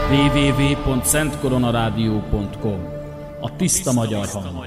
www.szentkoronarádió.com. A tiszta magyar hang.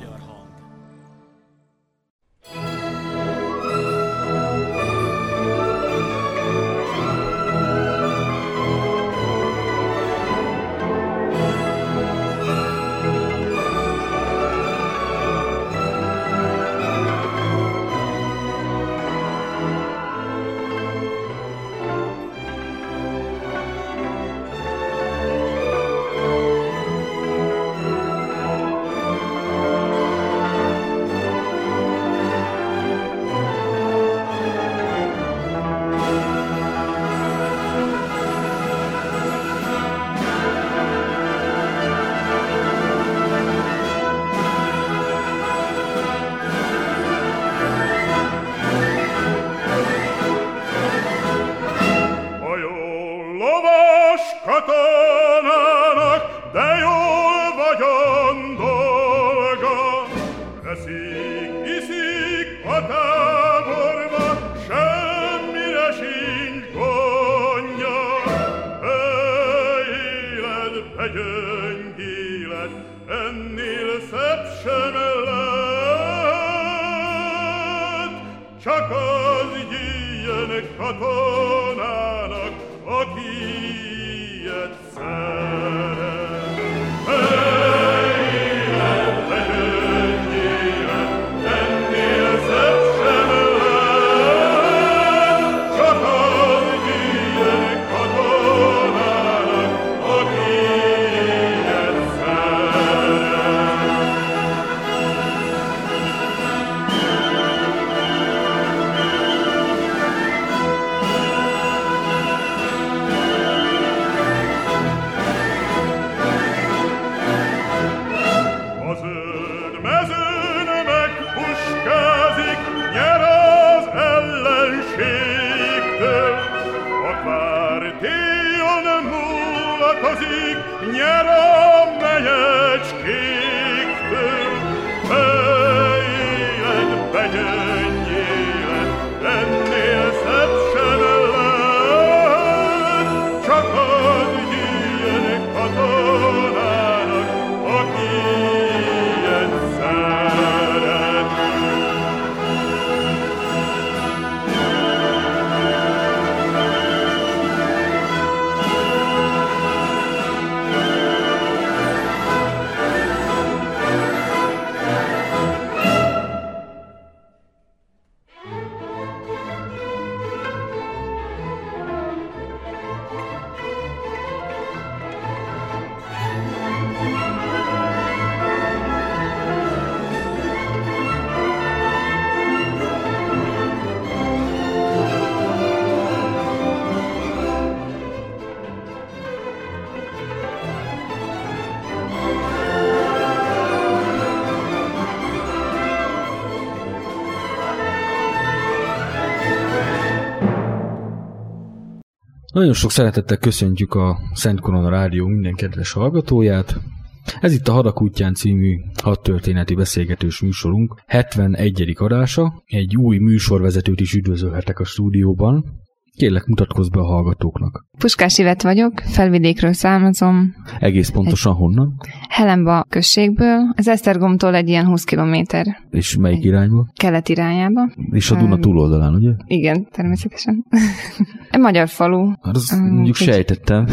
Nagyon sok szeretettel köszöntjük a Szent Korona Rádió minden kedves hallgatóját. Ez itt a Hadak útján című hadtörténeti beszélgetős műsorunk 71. adása. Egy új műsorvezetőt is üdvözölhetek a stúdióban. Kérlek, mutatkozz be a hallgatóknak. Puskás Ivett vagyok, Felvidékről származom. Egész pontosan honnan? Helenba községből, az Esztergomtól egy ilyen 20 kilométer. És melyik irányba? Kelet irányába. És a Duna túloldalán, ugye? Igen, természetesen. Egy magyar falu. Hát azt mondjuk sejtettem.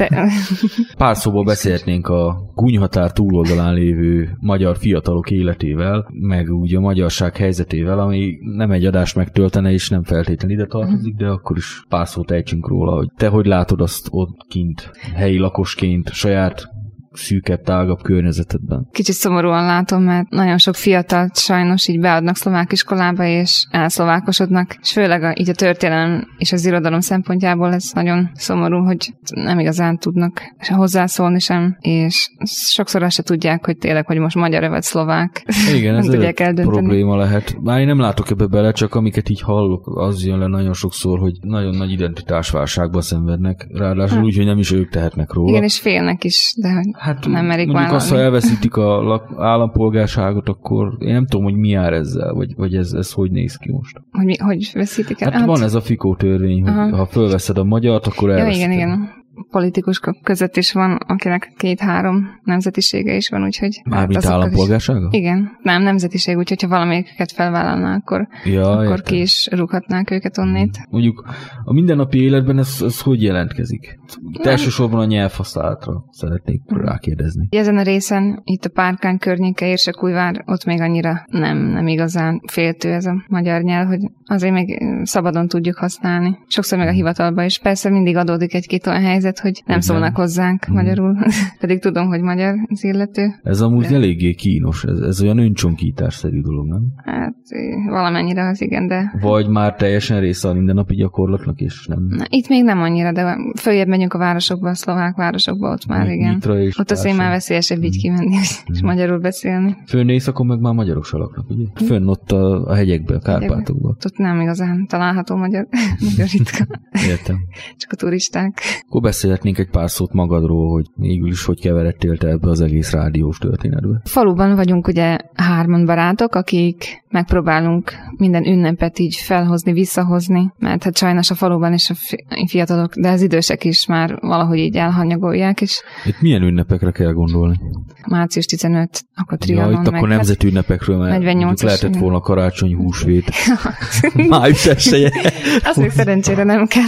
Pár szóval beszélhetnénk a Gúnyhatár túloldalán lévő magyar fiatalok életével, meg úgy a magyarság helyzetével, ami nem egy adást megtöltene, és nem feltétlenül ide tartozik, de akkor is pár szót ejtsünk róla, hogy te hogy látod azt ott kint, helyi lakosként, saját szűkebb, tágabb környezetedben. Kicsit szomorúan látom, mert nagyon sok fiatalt sajnos így beadnak szlovák iskolába, és elszlovákosodnak, és főleg így a történelem és az irodalom szempontjából ez nagyon szomorú, hogy nem igazán tudnak hozzászólni sem, és sokszor azt se tudják, hogy tényleg, hogy most magyar vagy szlovák. Igen, ez egy probléma lehet. Már én nem látok ebbe bele, csak amiket így hallok, az jön le nagyon sokszor, hogy nagyon nagy identitásválságba szenvednek, ráadásul úgy, hogy nem is ők tehetnek róla. Igen, és félnek is, de hogy nem merik mondjuk azt, ha elveszítik a állampolgárságot, akkor én nem tudom, hogy mi jár ezzel, vagy ez hogy néz ki most. Hogy veszítik el? Hát van ez a FIKO törvény, hogy ha fölveszed a magyart, akkor elveszíted. Ja, igen. politikusok között is van, akinek 2-3 nemzetisége is van, úgyhogy... Mármint állampolgársága? Igen, nem nemzetiség, úgyhogy ha valamelyiket felvállalná, akkor ki is rúghatnánk őket onnét. Mondjuk a mindennapi életben ez hogy jelentkezik? Elsősorban a nyelvhasználatra szeretnék rákérdezni. Ezen a részen, itt a Párkány környéke, Érsekújvár, ott még annyira nem igazán féltő ez a magyar nyelv, hogy azért még szabadon tudjuk használni. Sokszor meg a hivatalban is. Persze mindig adódik egy-két olyan helyzet, hogy nem szólnak hozzánk magyarul, pedig tudom, hogy magyar az illető. Ez amúgy eléggé kínos, ez olyan öncsonkításszerű dolog, nem? Hát valamennyire az igen, de... Vagy már teljesen része a mindennapi gyakorlatnak, és nem... Na, itt még nem annyira, de följebb megyünk a városokba, a szlovák városokba, ott már igen. Ott azért már veszélyesebb így kimenni, és magyarul beszélni. Fönn éjszakon meg már magyarok se laknak, ugye? Fönn ott a hegyekben, a Kárpátokban. Ott nem igazán található magyar ritka. Értem. Csak a turisták. Akkor beszélhetnénk egy pár szót magadról, hogy végül is hogy keveredtél te ebbe az egész rádiós történetbe. Faluban vagyunk ugye 3 barátok, akik megpróbálunk minden ünnepet így felhozni, visszahozni, mert hát sajnos a faluban is a fiatalok, de az idősek is már valahogy így elhanyagolják. És itt milyen ünnepekre kell gondolni? Március 15, akkor Trianon. Ja, itt akkor nemzeti ünnepekről, mert lehetett volna karácsony, húsvét, május esélye. Azt még szerencsére nem kell.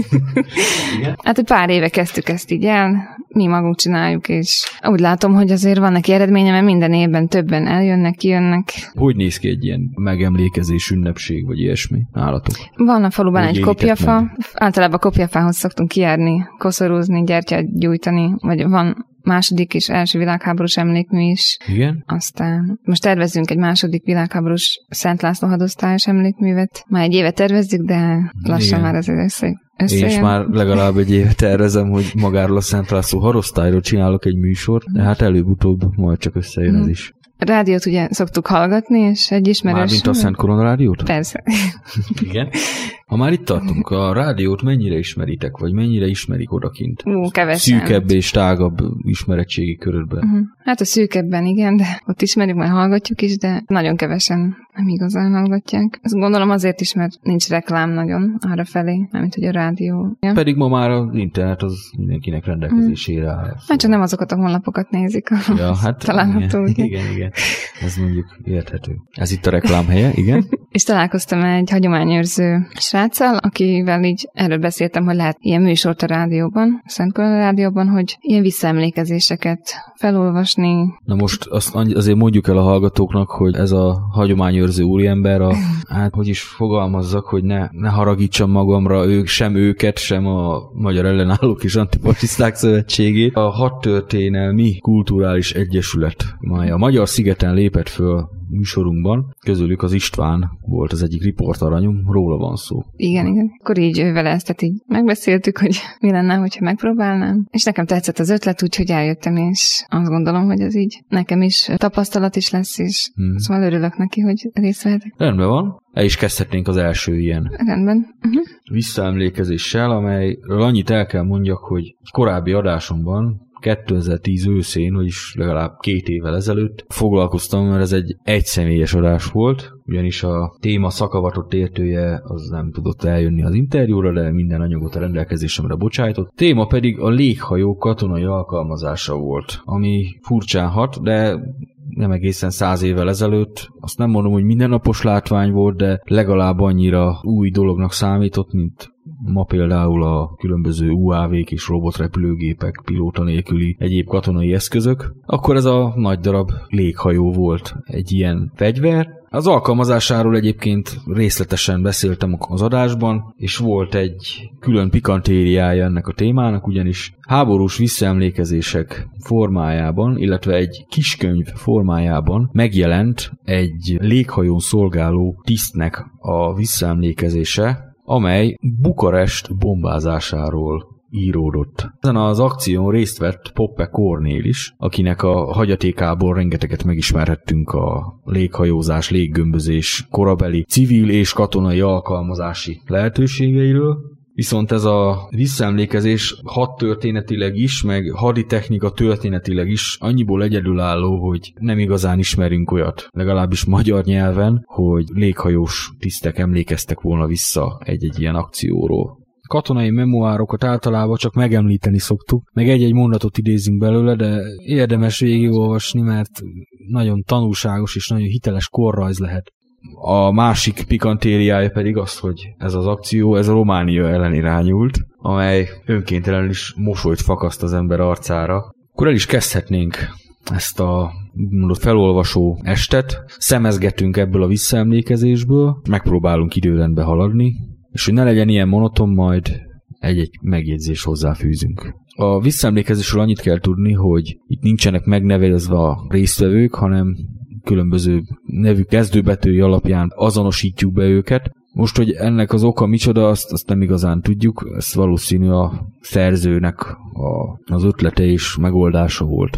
Hát egy pár éve kezdtük ezt így el, mi magunk csináljuk, és úgy látom, hogy azért van neki eredménye, mert minden évben többen eljönnek, kijönnek. Hogy néz ki egy ilyen megemlékezés, ünnepség, vagy ilyesmi nálatok? Van a faluban egy kopjafa. Általában kopjafához szoktunk kijárni, koszorúzni, gyertyát gyújtani, vagy van második és első világháborús emlékmű is. Igen? Aztán most tervezzünk egy második világháborús Szent László hadosztályos emlékművet. Már egy éve tervezzük, de lassan már azért összejön. Én is már legalább egy éve tervezem, hogy magáról a Szent László hadosztályról csinálok egy műsort, de hát előbb-utóbb majd csak összejön ez is. A rádiót ugye szoktuk hallgatni, és egy ismerős... Mármint a Szent Korona rádiót? Persze. Igen. Ha már itt tartunk, a rádiót mennyire ismeritek, vagy mennyire ismerik odakint? Kevesen. Szűkebb és tágabb ismeretségi körödben. Hát a szűkebben igen, de ott ismerjük, majd hallgatjuk is, de nagyon kevesen nem igazán hallgatják. Azt gondolom azért is, mert nincs reklám nagyon arra felé, mármint hogy a rádió. Ja. Pedig ma már az internet az mindenkinek rendelkezésére áll. Szóval. Hát csak nem azokat a honlapokat nézik, hát található. Igen. Ez mondjuk érthető. Ez itt a reklám helye, igen. És találkoztam egy hagyományőrző sráccal, akivel így erről beszéltem, hogy lehet ilyen műsort a rádióban, a Szent Korona rádióban, hogy ilyen visszaemlékezéseket felolvasni. Na most azt azért mondjuk el a hallgatóknak, hogy ez a hagyományőrző úriember, hát hogy is fogalmazzak, hogy ne haragítsam magamra sem őket, sem a Magyar Ellenállók és Antifasiszták Szövetségét. A Hadtörténelmi Kulturális Egyesület, mely a Magyar-szigeten lépett föl műsorunkban, közülük az István volt az egyik riportaranyom, róla van szó. Igen. Akkor így vele ezt így megbeszéltük, hogy mi lenne, hogyha megpróbálnám. És nekem tetszett az ötlet, úgyhogy eljöttem, és azt gondolom, hogy ez így nekem is tapasztalat is lesz, és szóval örülök neki, hogy részt vehetek. Rendben van. El is kezdhetnénk az első ilyen rendben. Visszaemlékezéssel, amelyről annyit el kell mondjak, hogy korábbi adásomban 2010 őszén, vagyis legalább 2 évvel ezelőtt foglalkoztam, mert ez egy egyszemélyes adás volt, ugyanis a téma szakavatott értője az nem tudott eljönni az interjúra, de minden anyagot a rendelkezésemre bocsájtott. Téma pedig a léghajó katonai alkalmazása volt, ami furcsán hat, de nem egészen 100 évvel ezelőtt. Azt nem mondom, hogy mindennapos látvány volt, de legalább annyira új dolognak számított, mint ma például a különböző UAV-k és robotrepülőgépek, pilóta nélküli egyéb katonai eszközök. Akkor ez a nagy darab léghajó volt egy ilyen fegyver. Az alkalmazásáról egyébként részletesen beszéltem az adásban, és volt egy külön pikantériája ennek a témának, ugyanis háborús visszaemlékezések formájában, illetve egy kiskönyv formájában megjelent egy léghajón szolgáló tisztnek a visszaemlékezése, amely Bukarest bombázásáról íródott. Ezen az akción részt vett Poppe Kornél is, akinek a hagyatékából rengeteget megismerhettünk a léghajózás, léggömbözés korabeli civil és katonai alkalmazási lehetőségeiről. Viszont ez a visszaemlékezés hadtörténetileg is, meg haditechnika történetileg is annyiból egyedülálló, hogy nem igazán ismerünk olyat, legalábbis magyar nyelven, hogy léghajós tisztek emlékeztek volna vissza egy-egy ilyen akcióról. katonai memoárokat általában csak megemlíteni szoktuk, meg egy-egy mondatot idézünk belőle, de érdemes végigolvasni, mert nagyon tanulságos és nagyon hiteles korrajz lehet. A másik pikantériája pedig az, hogy ez az akció, ez a Románia ellen irányult, amely önkéntelenül is mosolyt fakaszt az ember arcára. Akkor el is kezdhetnénk ezt a felolvasó estet, szemezgetünk ebből a visszaemlékezésből, megpróbálunk időrendbe haladni, és hogy ne legyen ilyen monoton, majd egy-egy megjegyzés hozzáfűzünk. A visszaemlékezésről annyit kell tudni, hogy itt nincsenek megnevezve a résztvevők, hanem különböző nevű kezdőbetűi alapján azonosítjuk be őket. Most, hogy ennek az oka micsoda, azt nem igazán tudjuk, ez valószínű a szerzőnek az ötlete és megoldása volt.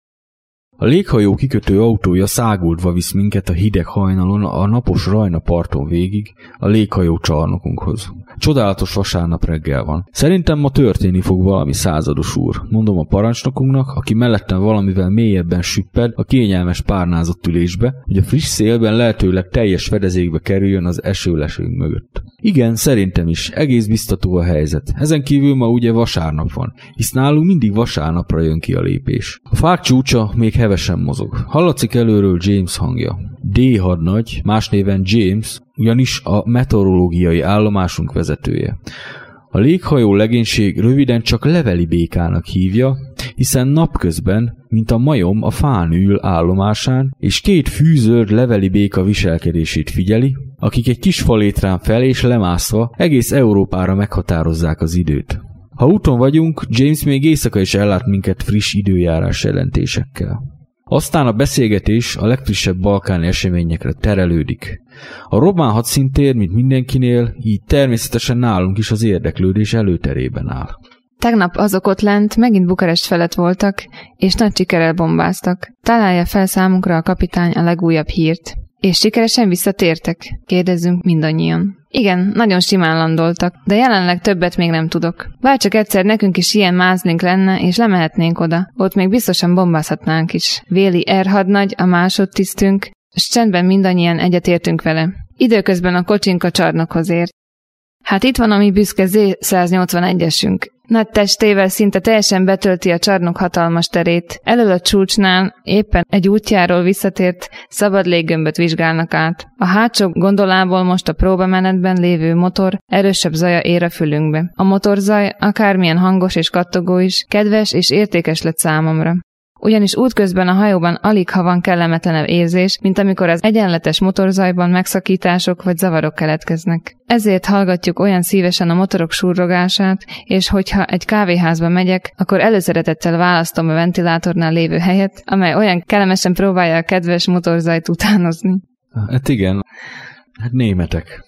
A léghajó kikötő autója száguldva visz minket a hideg hajnalon a napos Rajna parton végig a léghajó csarnokunkhoz. Csodálatos vasárnap reggel van. Szerintem ma történni fog valami, százados úr, mondom a parancsnokunknak, aki mellettem valamivel mélyebben süpped a kényelmes párnázott ülésbe, hogy a friss szélben lehetőleg teljes fedezékbe kerüljön az esőlesőnk mögött. Igen, szerintem is, egész biztató a helyzet. Ezen kívül ma ugye vasárnap van, hisz nálunk mindig vasárnapra jön ki a lépés. A fák csúcsa még hevesen mozog. Hallatszik előről James hangja. D. hadnagy, más néven James, ugyanis a meteorológiai állomásunk vezetője. A léghajó legénység röviden csak leveli békának hívja, hiszen napközben, mint a majom a fán ül állomásán, és két fűzőr leveli béka viselkedését figyeli, akik egy kis falétrán fel és lemászva egész Európára meghatározzák az időt. Ha úton vagyunk, James még éjszaka is ellát minket friss időjárás jelentésekkel. Aztán a beszélgetés a legfrissebb balkáni eseményekre terelődik. A román hadszintér, mint mindenkinél, így természetesen nálunk is az érdeklődés előterében áll. Tegnap azok ott lent megint Bukarest felett voltak, és nagy sikerrel bombáztak. Találja fel számunkra a kapitány a legújabb hírt. És sikeresen visszatértek? Kérdezzünk mindannyian. Igen, nagyon simán landoltak, de jelenleg többet még nem tudok. Bárcsak egyszer nekünk is ilyen mázlink lenne, és lemehetnénk oda. Ott még biztosan bombázhatnánk is. Véli R. hadnagy, a másodtisztünk, s csendben mindannyian egyetértünk vele. Időközben a kocsink a csarnokhoz ért. Hát itt van a mi büszke Z181-esünk. Nagy testével szinte teljesen betölti a csarnok hatalmas terét. Elől a csúcsnál éppen egy útjáról visszatért szabad léggömböt vizsgálnak át. A hátsó gondolából most a próbamenetben lévő motor erősebb zaja ér a fülünkbe. A motorzaj, akármilyen hangos és kattogó is, kedves és értékes lett számomra. Ugyanis útközben a hajóban alig ha van kellemetlenebb érzés, mint amikor az egyenletes motorzajban megszakítások vagy zavarok keletkeznek. Ezért hallgatjuk olyan szívesen a motorok surrogását, és hogyha egy kávéházba megyek, akkor előszeretettel választom a ventilátornál lévő helyet, amely olyan kellemesen próbálja a kedves motorzajt utánozni. Hát igen, hát németek.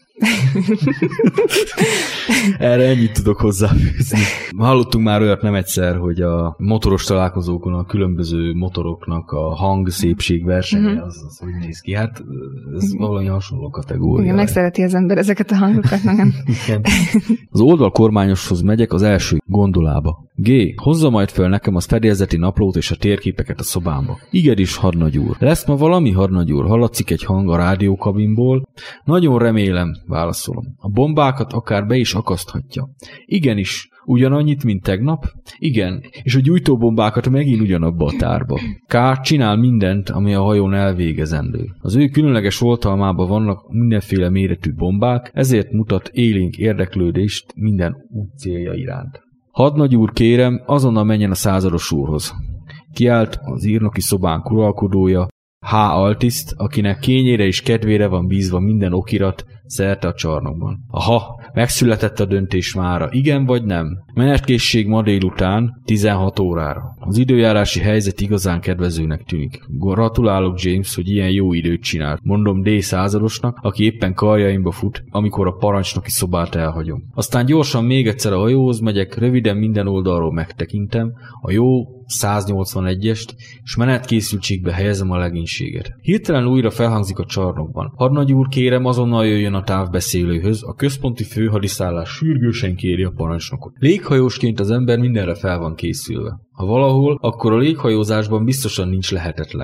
Erre ennyit tudok hozzáfűzni. Hallottunk már olyat nem egyszer, hogy a motoros találkozókon a különböző motoroknak a hangszépség versenye, az úgy néz ki. Hát ez valami hasonló kategória. Igen, megszereti az ember ezeket a hangokat, nem? Igen. Az oldalkormányoshoz megyek az első gondolába. G. Hozza majd föl nekem az fedélzeti naplót és a térképeket a szobámba. Igenis, hadnagy úr. Lesz ma valami, hadnagy úr? Hallatszik egy hang a rádiókabinból. Nagyon remélem, válaszolom. A bombákat akár be is akaszthatja. Igenis, ugyanannyit, mint tegnap? Igen, és a gyújtóbombákat megint ugyanabba a tárba. K. csinál mindent, ami a hajón elvégezendő. Az ő különleges oltalmában vannak mindenféle méretű bombák, ezért mutat élénk érdeklődést minden út célja iránt. Hadnagy úr, kérem, azonnal menjen a százados úrhoz. Kiállt az írnoki szobánk uralkodója, H. altiszt, akinek kényére és kedvére van bízva minden okirat szerte a csarnokban. Aha, megszületett a döntés mára, igen vagy nem? Menetkészség ma délután 16 órára. Az időjárási helyzet igazán kedvezőnek tűnik. Gratulálok, James, hogy ilyen jó időt csinált. Mondom D. századosnak, aki éppen karjaimba fut, amikor a parancsnoki szobát elhagyom. Aztán gyorsan még egyszer a hajóhoz megyek, röviden minden oldalról megtekintem, a jó 181-est, és menetkészültségbe helyezem a legénységet. Hirtelen újra felhangzik a csarnokban. Hadnagy úr, kérem, azonnal jöjjön a távbeszélőhöz, a központi főhadiszállás sürgősen kéri a parancsnokot. Léghajósként az ember mindenre fel van készülve. Ha valahol, akkor a léghajózásban biztosan nincs lehetetlen.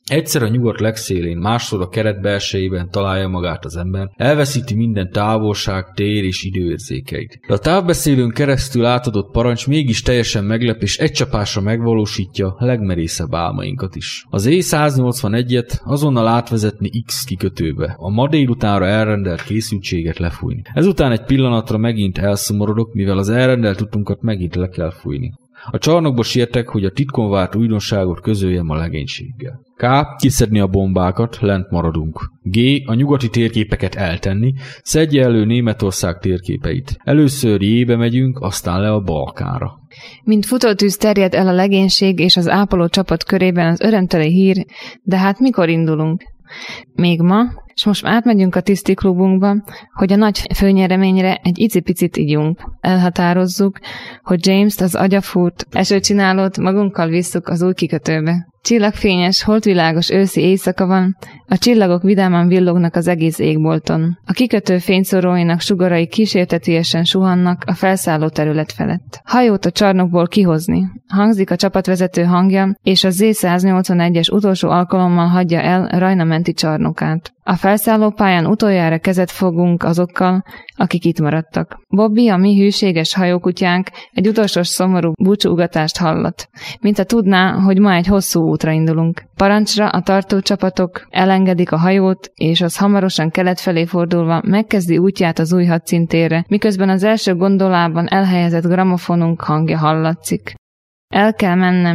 Egyszer a nyugat legszélén, másszor a keret belsejében találja magát az ember, elveszíti minden távolság, tér és időérzékeit. De a távbeszélőn keresztül átadott parancs mégis teljesen meglep, és egy csapásra megvalósítja legmerészebb álmainkat is. Az E181-et azonnal átvezetni X kikötőbe, a ma délutánra elrendelt készültséget lefújni. Ezután egy pillanatra megint elszomorodok, mivel az elrendelt utunkat megint le kell fújni. A csarnokba sietek, hogy a titkon várt újdonságot közöljem a legénységgel. K. Kiszedni a bombákat, lent maradunk. G. A nyugati térképeket eltenni, szedje elő Németország térképeit. Először J-be megyünk, aztán le a Balkánra. Mint futótűz terjed el a legénység és az ápoló csapat körében az örömteli hír, de hát mikor indulunk? Még ma, és most átmegyünk a tiszti klubunkba, hogy a nagy főnyereményre egy icipicit ígyunk. Elhatározzuk, hogy James-t, az agyafúrt esőcsinálót magunkkal visszük az új kikötőbe. Csillagfényes, holdvilágos őszi éjszaka van, a csillagok vidáman villognak az egész égbolton. A kikötő fényszóróinak sugarai kísértetiesen suhannak a felszálló terület felett. Hajót a csarnokból kihozni. Hangzik a csapatvezető hangja, és a Z-181-es utolsó alkalommal hagyja el Rajna menti csarnokát. A felszállópályán utoljára kezet fogunk azokkal, akik itt maradtak. Bobby, a mi hűséges hajókutyánk, egy utolsó szomorú búcsúugatást hallat, mintha tudná, hogy ma egy hosszú útra indulunk. Parancsra a tartócsapatok elengedik a hajót, és az hamarosan kelet felé fordulva megkezdi útját az új hadszíntérre, miközben az első gondolában elhelyezett gramofonunk hangja hallatszik. El kell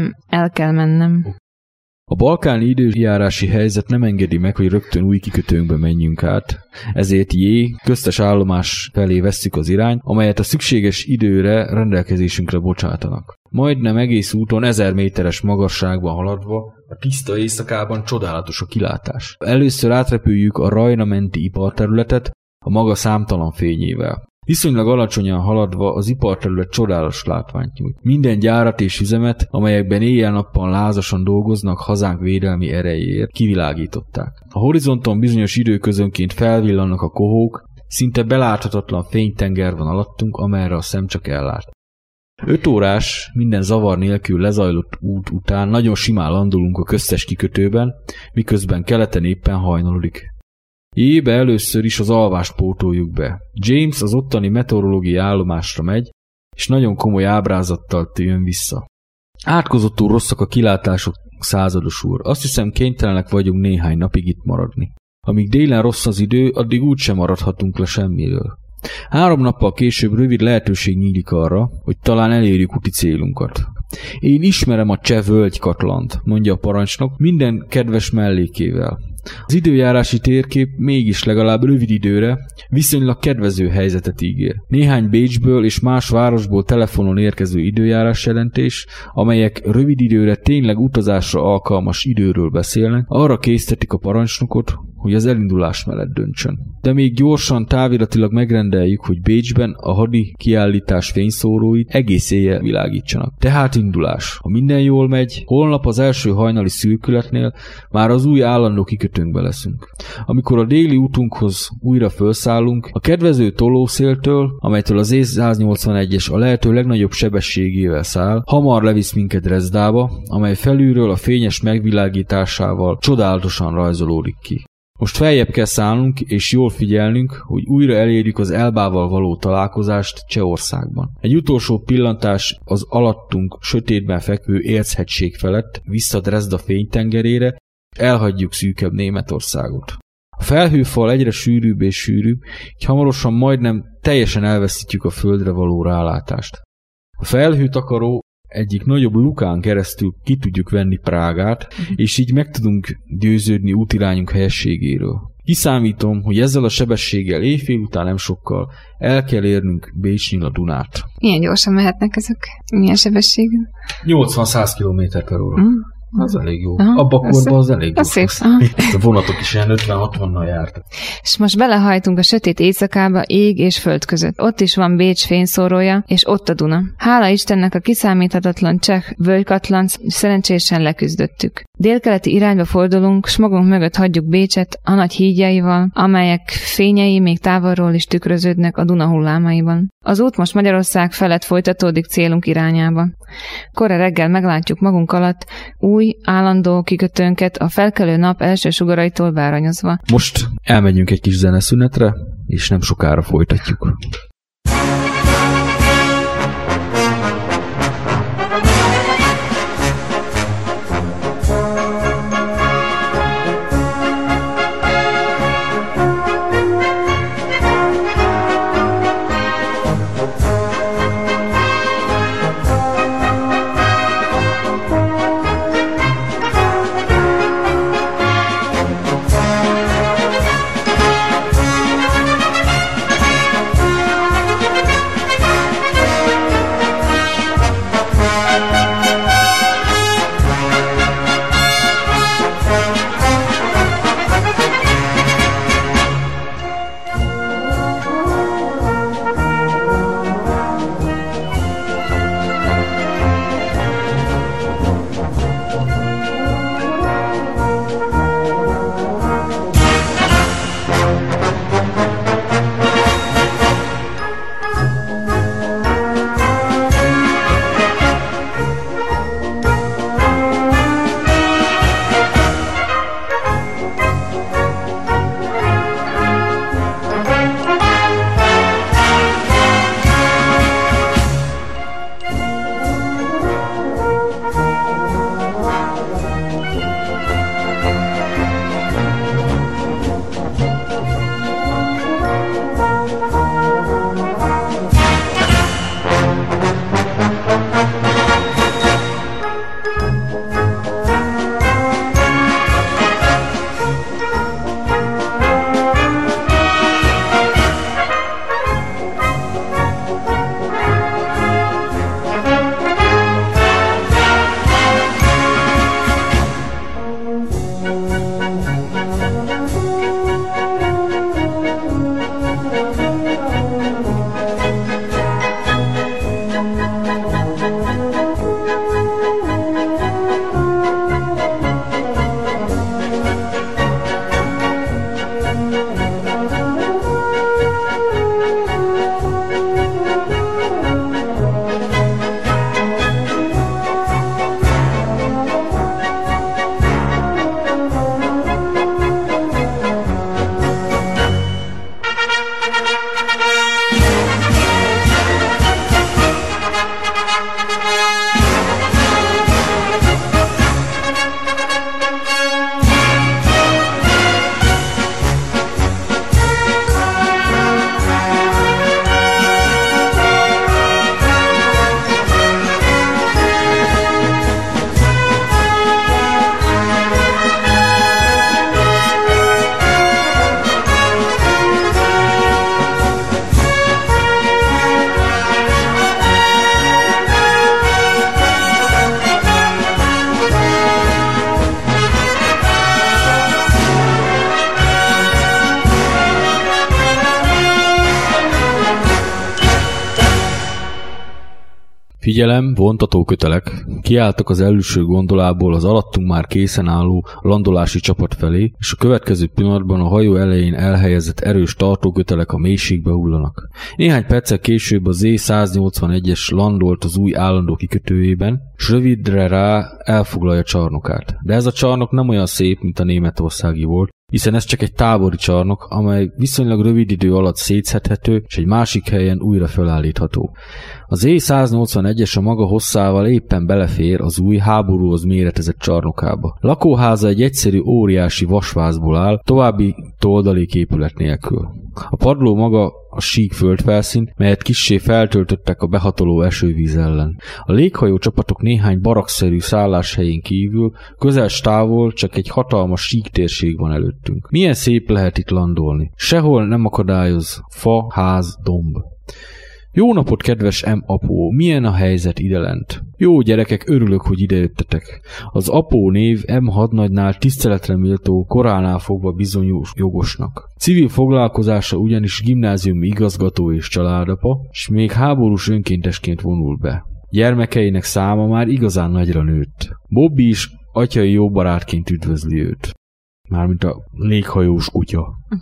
mennem. A balkáni időjárási helyzet nem engedi meg, hogy rögtön új kikötőnkbe menjünk át, ezért J. köztes állomás felé vesszük az irányt, amelyet a szükséges időre rendelkezésünkre bocsátanak. Majdnem egész úton 1000 méteres magasságban haladva, a tiszta éjszakában csodálatos a kilátás. Először átrepüljük a Rajna menti iparterületet a maga számtalan fényével. Viszonylag alacsonyan haladva az iparterület csodálatos látványt nyújt. Minden gyárat és üzemet, amelyekben éjjel-nappal lázasan dolgoznak hazánk védelmi erejéért, kivilágították. A horizonton bizonyos időközönként felvillannak a kohók, szinte beláthatatlan fénytenger van alattunk, amerre a szem csak ellát. 5 órás, minden zavar nélkül lezajlott út után nagyon simán landolunk a köztes kikötőben, miközben keleten éppen hajnalodik. Jébe először is az alvást pótoljuk be. James az ottani meteorológiai állomásra megy, és nagyon komoly ábrázattal jön vissza. Átkozottul rosszak a kilátások, százados úr. Azt hiszem, kénytelenek vagyunk néhány napig itt maradni. Amíg délen rossz az idő, addig úgysem maradhatunk le semmiről. 3 nappal később rövid lehetőség nyílik arra, hogy talán elérjük úti célunkat. Én ismerem a cseh völgykatlant, mondja a parancsnok, minden kedves mellékével. Az időjárási térkép mégis legalább rövid időre viszonylag kedvező helyzetet ígér. Néhány Bécsből és más városból telefonon érkező időjárás jelentés, amelyek rövid időre tényleg utazásra alkalmas időről beszélnek, arra késztetik a parancsnokot, hogy az elindulás mellett döntsön. De még gyorsan táviratilag megrendeljük, hogy Bécsben a hadi kiállítás fényszóróit egész éjjel világítsanak. Tehát indulás. Ha minden jól megy, holnap az első hajnali szürkületnél már az új állandó kikötőnkbe leszünk. Amikor a déli útunkhoz újra felszállunk, a kedvező tolószéltől, amelytől az E181-es a lehető legnagyobb sebességével száll, hamar levisz minket Dresdába, amely felülről a fényes megvilágításával csodálatosan rajzolódik ki. Most feljebb kell szállnunk, és jól figyelnünk, hogy újra elérjük az Elbával való találkozást Csehországban. Egy utolsó pillantás az alattunk sötétben fekvő Érchegység felett, vissza Dresda fénytengerére, elhagyjuk szűkebb Németországot. A felhőfal egyre sűrűbb és sűrűbb, így hamarosan majdnem teljesen elveszítjük a földre való rálátást. A felhőtakaró egyik nagyobb lukán keresztül ki tudjuk venni Prágát, és így meg tudunk győződni útirányunk helyességéről. Kiszámítom, hogy ezzel a sebességgel éjfél után nem sokkal el kell érnünk Bécsnél a Dunát. Milyen gyorsan mehetnek ezek? Milyen sebességű? 80-100 km/h. Az elég jó. Abba a korban az elég jó. A vonatok is ilyen 50-60-nal jártak. És most belehajtunk a sötét éjszakába, ég és föld között. Ott is van Bécs fényszórója, és ott a Duna. Hála Istennek a kiszámíthatatlan cseh völgykatlant szerencsésen leküzdöttük. Délkeleti irányba fordulunk, s magunk mögött hagyjuk Bécset a nagy hídjaival, amelyek fényei még távolról is tükröződnek a Duna hullámaiban. Az út most Magyarország felett folytatódik célunk irányába. Kora reggel meglátjuk magunk alatt új, állandó kikötőnket a felkelő nap első sugaraitól bearanyozva. Most elmegyünk egy kis zeneszünetre, és nem sokára folytatjuk. Figyelem, vontatókötelek. Kiálltak az előső gondolából az alattunk már készen álló landolási csapat felé, és a következő pillanatban a hajó elején elhelyezett erős tartókötelek a mélységbe hullanak. Néhány perccel később az Z-181-es landolt az új állandó kikötőjében, s rövidre rá elfoglalja csarnokát. De ez a csarnok nem olyan szép, mint a németországi volt, hiszen ez csak egy tábori csarnok, amely viszonylag rövid idő alatt szétszedhető, és egy másik helyen újra felállítható. Az Z-181-es a maga hosszával éppen belefér az új háborúhoz méretezett csarnokába. Lakóháza egy egyszerű óriási vasvázból áll, további toldaléképület nélkül. A padló maga a sík földfelszín, melyet kissé feltöltöttek a behatoló esővíz ellen. A léghajó csapatok néhány barakszerű szálláshelyén kívül, közel távol csak egy hatalmas sík térség van előttünk. Milyen szép lehet itt landolni. Sehol nem akadályoz fa, ház, domb. Jó napot, kedves M. Apó! Milyen a helyzet idelent? Jó gyerekek, örülök, hogy idejöttetek. Az Apó név M. hadnagynál tiszteletre méltó, koránál fogva bizonyul jogosnak. Civil foglalkozása ugyanis gimnáziumi igazgató és családapa, és még háborús önkéntesként vonul be. Gyermekeinek száma már igazán nagyra nőtt. Bobby is atyai jó barátként üdvözli őt. Mármint a léghajós kutya.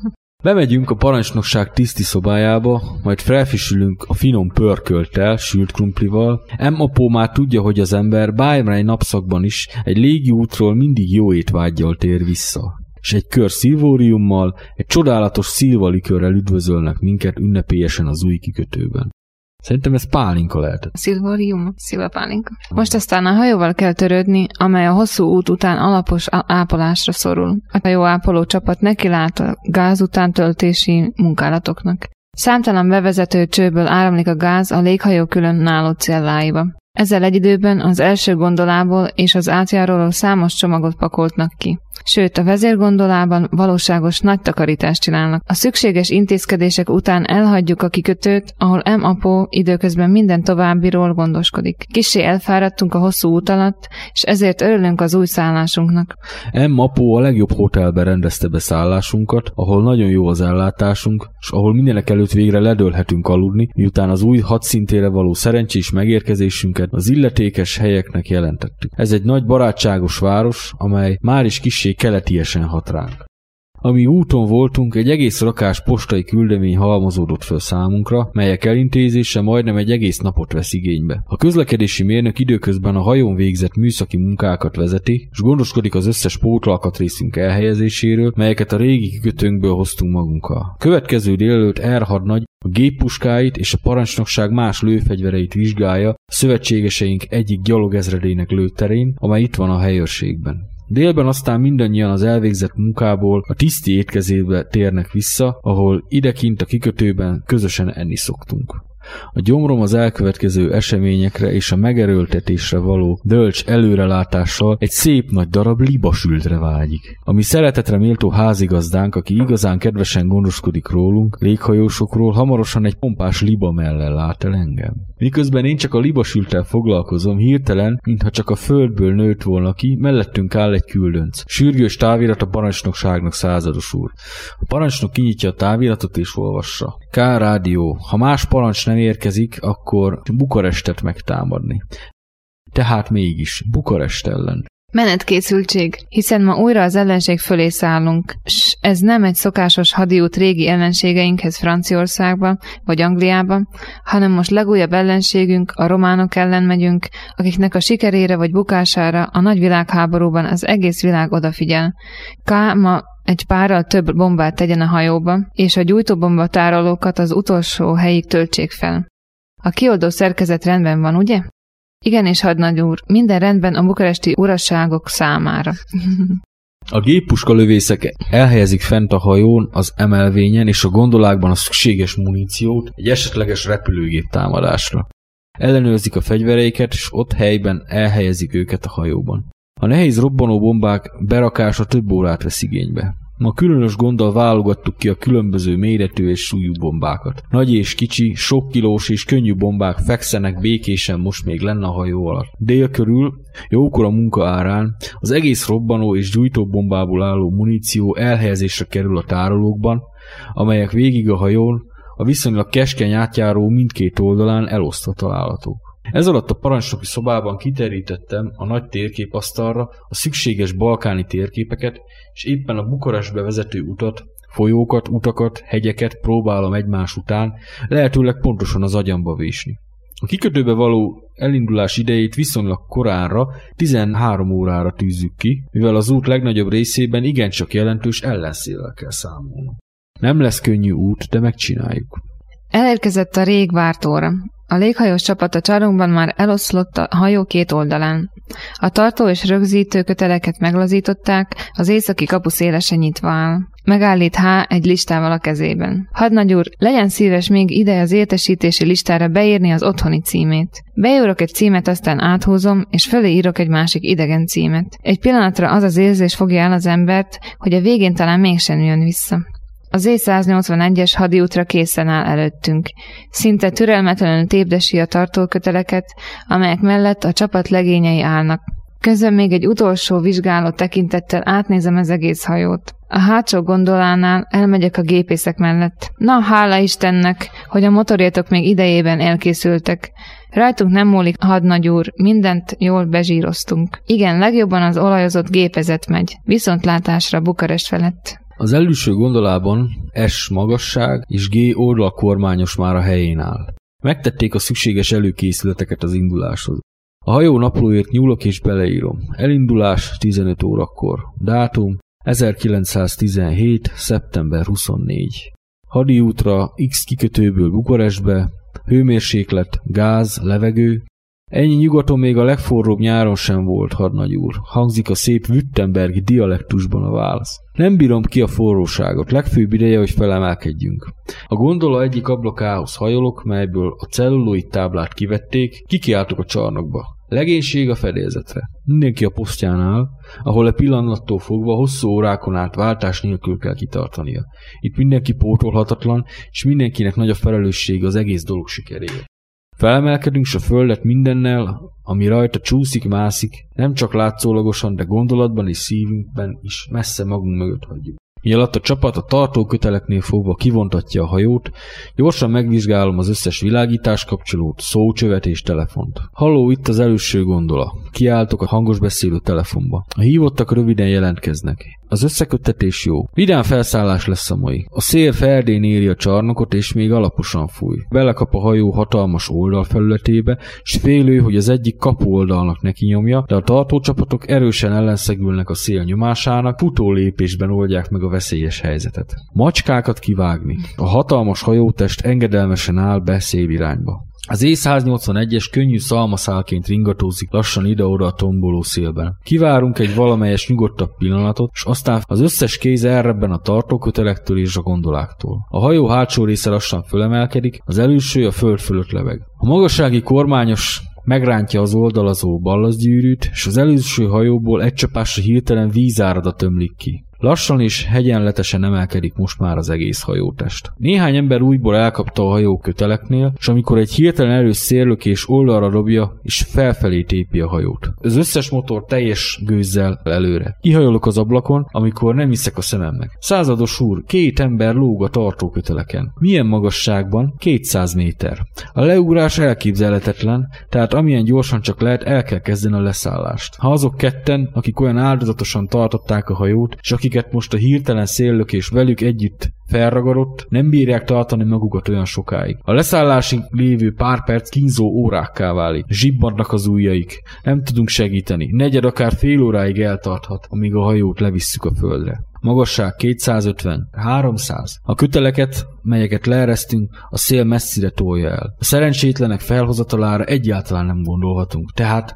Bemegyünk a parancsnokság tiszti szobájába, majd felfrissülünk a finom pörkölttel, sült krumplival. Apó már tudja, hogy az ember bármely napszakban is egy légiútról mindig jó étvággyal tér vissza. És egy kör szilvóriummal, egy csodálatos szilvalikörrel üdvözölnek minket ünnepélyesen az új kikötőben. Szerintem ez pálinka lehetett. Szilvarium, szilvapálinka. Most aztán a hajóval kell törődni, amely a hosszú út után alapos ápolásra szorul. A hajóápoló csapat nekilát a gáz utántöltési munkálatoknak. Számtalan bevezető csőből áramlik a gáz a léghajó különálló celláiba. Ezzel egy időben az első gondolából és az átjáróról számos csomagot pakoltnak ki. Sőt, a vezérgondolában valóságos nagy takarítást csinálnak. A szükséges intézkedések után elhagyjuk a kikötőt, ahol apó időközben minden továbbiról gondoskodik. Kissé elfáradtunk a hosszú út alatt, és ezért örülünk az új szállásunknak. Apó a legjobb hotelbe rendezte be szállásunkat, ahol nagyon jó az ellátásunk, és ahol mindenek előtt végre ledőlhetünk aludni, miután az új hadszintére való szerencsés megérkezésünket az illetékes helyeknek jelentettük. Ez egy nagy barátságos város, amely már is kissé keletiesen hat ránk. Ami úton voltunk, egy egész rakás postai küldemény halmozódott föl számunkra, melyek elintézése majdnem egy egész napot vesz igénybe. A közlekedési mérnök időközben a hajón végzett műszaki munkákat vezeti, és gondoskodik az összes pótlalkatrészünk elhelyezéséről, melyeket a régi kikötőnkből hoztunk magunkkal. Következő délelőtt R-hadnagy a géppuskáit és a parancsnokság más lőfegyvereit vizsgálja a szövetségeseink egyik gyalogezredének lőterén, amely itt van a helyőrségben. Délben aztán mindannyian az elvégzett munkából a tiszti étkezébe térnek vissza, ahol idekint a kikötőben közösen enni szoktunk. A gyomrom az elkövetkező eseményekre és a megerőltetésre való dölcs előrelátással egy szép nagy darab libasültre vágyik. A mi szeretetre méltó házigazdánk, aki igazán kedvesen gondoskodik rólunk, léghajósokról, hamarosan egy pompás liba mellel lát el engem. Miközben én csak a libasülttel foglalkozom, hirtelen, mintha csak a földből nőtt volna ki, mellettünk áll egy küldönc. Sürgős távirat a parancsnokságnak, százados úr. A parancsnok kinyitja a táviratot és olvassa. K. rádió. Ha más parancs nem érkezik, akkor Bukarestet megtámadni. Tehát mégis Bukarest ellen. Menetkészültség, hiszen ma újra az ellenség fölé szállunk, s ez nem egy szokásos hadiút régi ellenségeinkhez Franciaországban vagy Angliában, hanem most legújabb ellenségünk, a románok ellen megyünk, akiknek a sikerére vagy bukására a nagy világháborúban az egész világ odafigyel. K. ma egy párral több bombát tegyen a hajóba, és a gyújtóbomba tárolókat az utolsó helyig töltsék fel. A kioldó szerkezet rendben van, ugye? Igen, és hadnagy úr, minden rendben a bukaresti urasságok számára. A géppuskalövészek elhelyezik fent a hajón, az emelvényen és a gondolákban a szükséges muníciót egy esetleges repülőgép támadásra. Ellenőrzik a fegyvereiket, és ott helyben elhelyezik őket a hajóban. A nehéz robbanó bombák berakása több órát vesz igénybe. Ma különös gonddal válogattuk ki a különböző méretű és súlyú bombákat. Nagy és kicsi, sok kilós és könnyű bombák fekszenek békésen most még lenne a hajó alatt. Dél körül, jókora munka árán, az egész robbanó és gyújtó bombából álló muníció elhelyezésre kerül a tárolókban, amelyek végig a hajón, a viszonylag keskeny átjáró mindkét oldalán elosztva találhatók. Ez alatt a parancsnoki szobában kiterítettem a nagy térképasztalra a szükséges balkáni térképeket, és éppen a Bukarestbe vezető utat, folyókat, utakat, hegyeket próbálom egymás után, lehetőleg pontosan az agyamba vésni. A kikötőbe való elindulás idejét viszonylag koránra, 13 órára tűzzük ki, mivel az út legnagyobb részében igencsak jelentős ellenszéllel kell számolnunk. Nem lesz könnyű út, de megcsináljuk. Elérkezett a rég várt óra. A léghajós csapat a csarunkban már eloszlott a hajó két oldalán. A tartó és rögzítő köteleket meglazították, az északi kapu szélesen nyitva áll. Megállít H. egy listával a kezében. Hadnagy úr, legyen szíves még ide az értesítési listára beírni az otthoni címét. Beírok egy címet, aztán áthúzom, és fölé írok egy másik idegen címet. Egy pillanatra az az érzés fogja el az embert, hogy a végén talán mégsem jön vissza. Az E181-es hadiútra készen áll előttünk. Szinte türelmetlenül tépdesi a tartóköteleket, amelyek mellett a csapat legényei állnak. Közben még egy utolsó vizsgáló tekintettel átnézem az egész hajót. A hátsó gondolánál elmegyek a gépészek mellett. Na, hála Istennek, hogy a motorjatok még idejében elkészültek. Rajtunk nem múlik, hadnagy úr, mindent jól bezsíroztunk. Igen, legjobban az olajozott gépezet megy. Viszontlátásra Bukarest felett. Az előső gondolában S magasság és G oldalkormányos már a helyén áll. Megtették a szükséges előkészületeket az induláshoz. A hajó naplóért nyúlok és beleírom. Elindulás 15 órakor. Dátum 1917. szeptember 24. Hadiútra X kikötőből Bukarestbe, hőmérséklet, gáz, levegő. Ennyi nyugaton még a legforróbb nyáron sem volt, hadnagy úr. Hangzik a szép württembergi dialektusban a válasz. Nem bírom ki a forróságot, legfőbb ideje, hogy felemelkedjünk. A gondola egyik ablakához hajolok, melyből a celluloid táblát kivették, kikiáltok a csarnokba. Legénység a fedélzetre. Mindenki a posztján áll, ahol a pillanattól fogva hosszú órákon át váltás nélkül kell kitartania. Itt mindenki pótolhatatlan, és mindenkinek nagy a felelősség az egész dolog sikeréért. Felemelkedünk s a földet mindennel, ami rajta csúszik-mászik, nem csak látszólagosan, de gondolatban és szívünkben is messze magunk mögött hagyjuk. Mi alatt a csapat a tartóköteleknél fogva kivontatja a hajót, gyorsan megvizsgálom az összes világításkapcsolót, szócsövet és telefont. Halló, itt az előső gondola. Kiáltok a hangos beszélő telefonba. A hívottak röviden jelentkeznek. Az összeköttetés jó. Vidám felszállás lesz a mai. A szél ferdén éri a csarnokot, és még alaposan fúj. Belekap a hajó hatalmas oldalfelületébe, s félő, hogy az egyik kapuoldalnak neki nyomja, de a tartócsapatok erősen ellenszegülnek a szél nyomásának, futó lépésben oldják meg a veszélyes helyzetet. Macskákat kivágni. A hatalmas hajótest engedelmesen áll be szélirányba. Az E181-es könnyű szalmaszálként ringatózik lassan ide-oda a tomboló szélben. Kivárunk egy valamelyes nyugodtabb pillanatot, és aztán az összes kéz elrebben a tartókötelektől és a gondoláktól. A hajó hátsó része lassan fölemelkedik, az előső a föld fölött lebeg. A magassági kormányos megrántja az oldalazó ballasztgyűrűt, és az előső hajóból egy csapásra hirtelen vízárada tömlik ki. Lassan és hegyenletesen emelkedik most már az egész hajótest. Néhány ember újból elkapta a hajó köteleknél, és amikor egy hirtelen erős széllökés oldalra dobja, és felfelé tépi a hajót. Az összes motor teljes gőzzel előre. Kihajolok az ablakon, amikor nem hiszek a szememnek. Százados úr, 2 ember lóg a tartóköteleken. Milyen magasságban? 200 méter. A leugrás elképzelhetetlen, tehát amilyen gyorsan csak lehet, el kell kezdeni a leszállást. Ha azok ketten, akik olyan áldozatosan tartották a hajót, és akiket most a hirtelen széllökés velük együtt felragadott, nem bírják tartani magukat olyan sokáig. A leszállásig lévő pár perc kínzó órákká válik. Zsibbadnak az ujjaik. Nem tudunk segíteni. Negyed, akár fél óráig eltarthat, amíg a hajót levisszük a földre. Magasság 250, 300. A köteleket, melyeket leeresztünk, a szél messzire tolja el. A szerencsétlenek felhozatalára egyáltalán nem gondolhatunk, tehát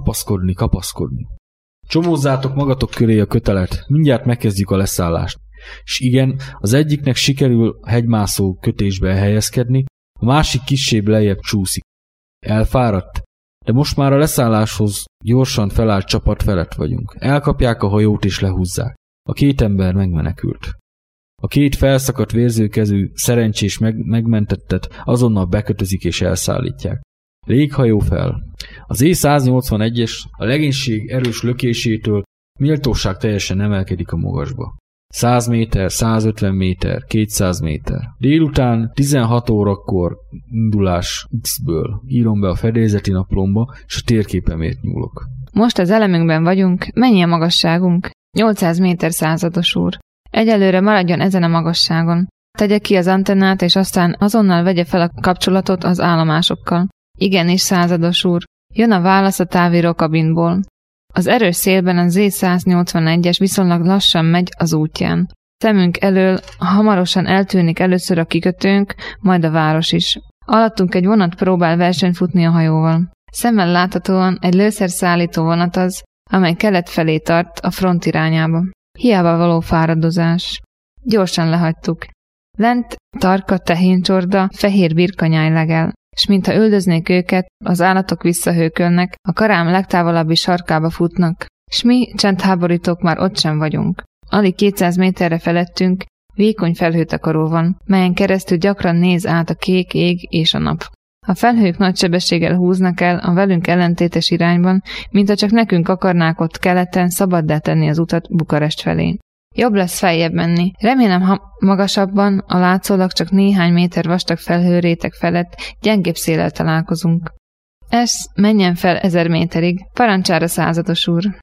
kapaszkodni. Csomózzátok magatok köré a kötelet, mindjárt megkezdjük a leszállást. És igen, az egyiknek sikerül hegymászó kötésbe helyezkedni, a másik kissébb lejjebb csúszik. Elfáradt? De most már a leszálláshoz gyorsan felállt csapat felett vagyunk. Elkapják a hajót és lehúzzák. A 2 ember megmenekült. A 2 felszakadt vérzőkezű, szerencsés megmentettet azonnal bekötözik és elszállítják. Léghajó fel. Az E181-es a legénység erős lökésétől méltóság teljesen emelkedik a magasba. 100 méter, 150 méter, 200 méter. Délután 16 órakor indulás X-ből. Írom be a fedélzeti naplomba, és a térképemért nyúlok. Most az elemünkben vagyunk. Mennyi a magasságunk? 800 méter, százados úr. Egyelőre maradjon ezen a magasságon. Tegye ki az antennát, és aztán azonnal vegye fel a kapcsolatot az állomásokkal. Igenis, százados úr. Jön a válasz a távíró kabinból. Az erős szélben az Z181-es viszonylag lassan megy az útján. Szemünk elől hamarosan eltűnik először a kikötőnk, majd a város is. Alattunk egy vonat próbál versenyt futni a hajóval. Szemmel láthatóan egy lőszerszállító vonat az, amely kelet felé tart a front irányába. Hiába való fáradozás. Gyorsan lehagytuk. Lent tarka, tehéncsorda, fehér birkanyáj legel, és mintha üldöznék őket, az állatok visszahőkölnek, a karám legtávolabbi sarkába futnak, s mi csendháborítók már ott sem vagyunk. Alig 200 méterre felettünk vékony felhőtakaró van, melyen keresztül gyakran néz át a kék ég és a nap. A felhők nagy sebességgel húznak el a velünk ellentétes irányban, mintha csak nekünk akarnák ott keleten szabaddá tenni az utat Bukarest felé. Jobb lesz feljebb menni. Remélem, ha magasabban, a látszólag csak néhány méter vastag felhőréteg felett gyengébb széllel találkozunk. Ez menjen fel 1000 méterig, parancsára százados úr.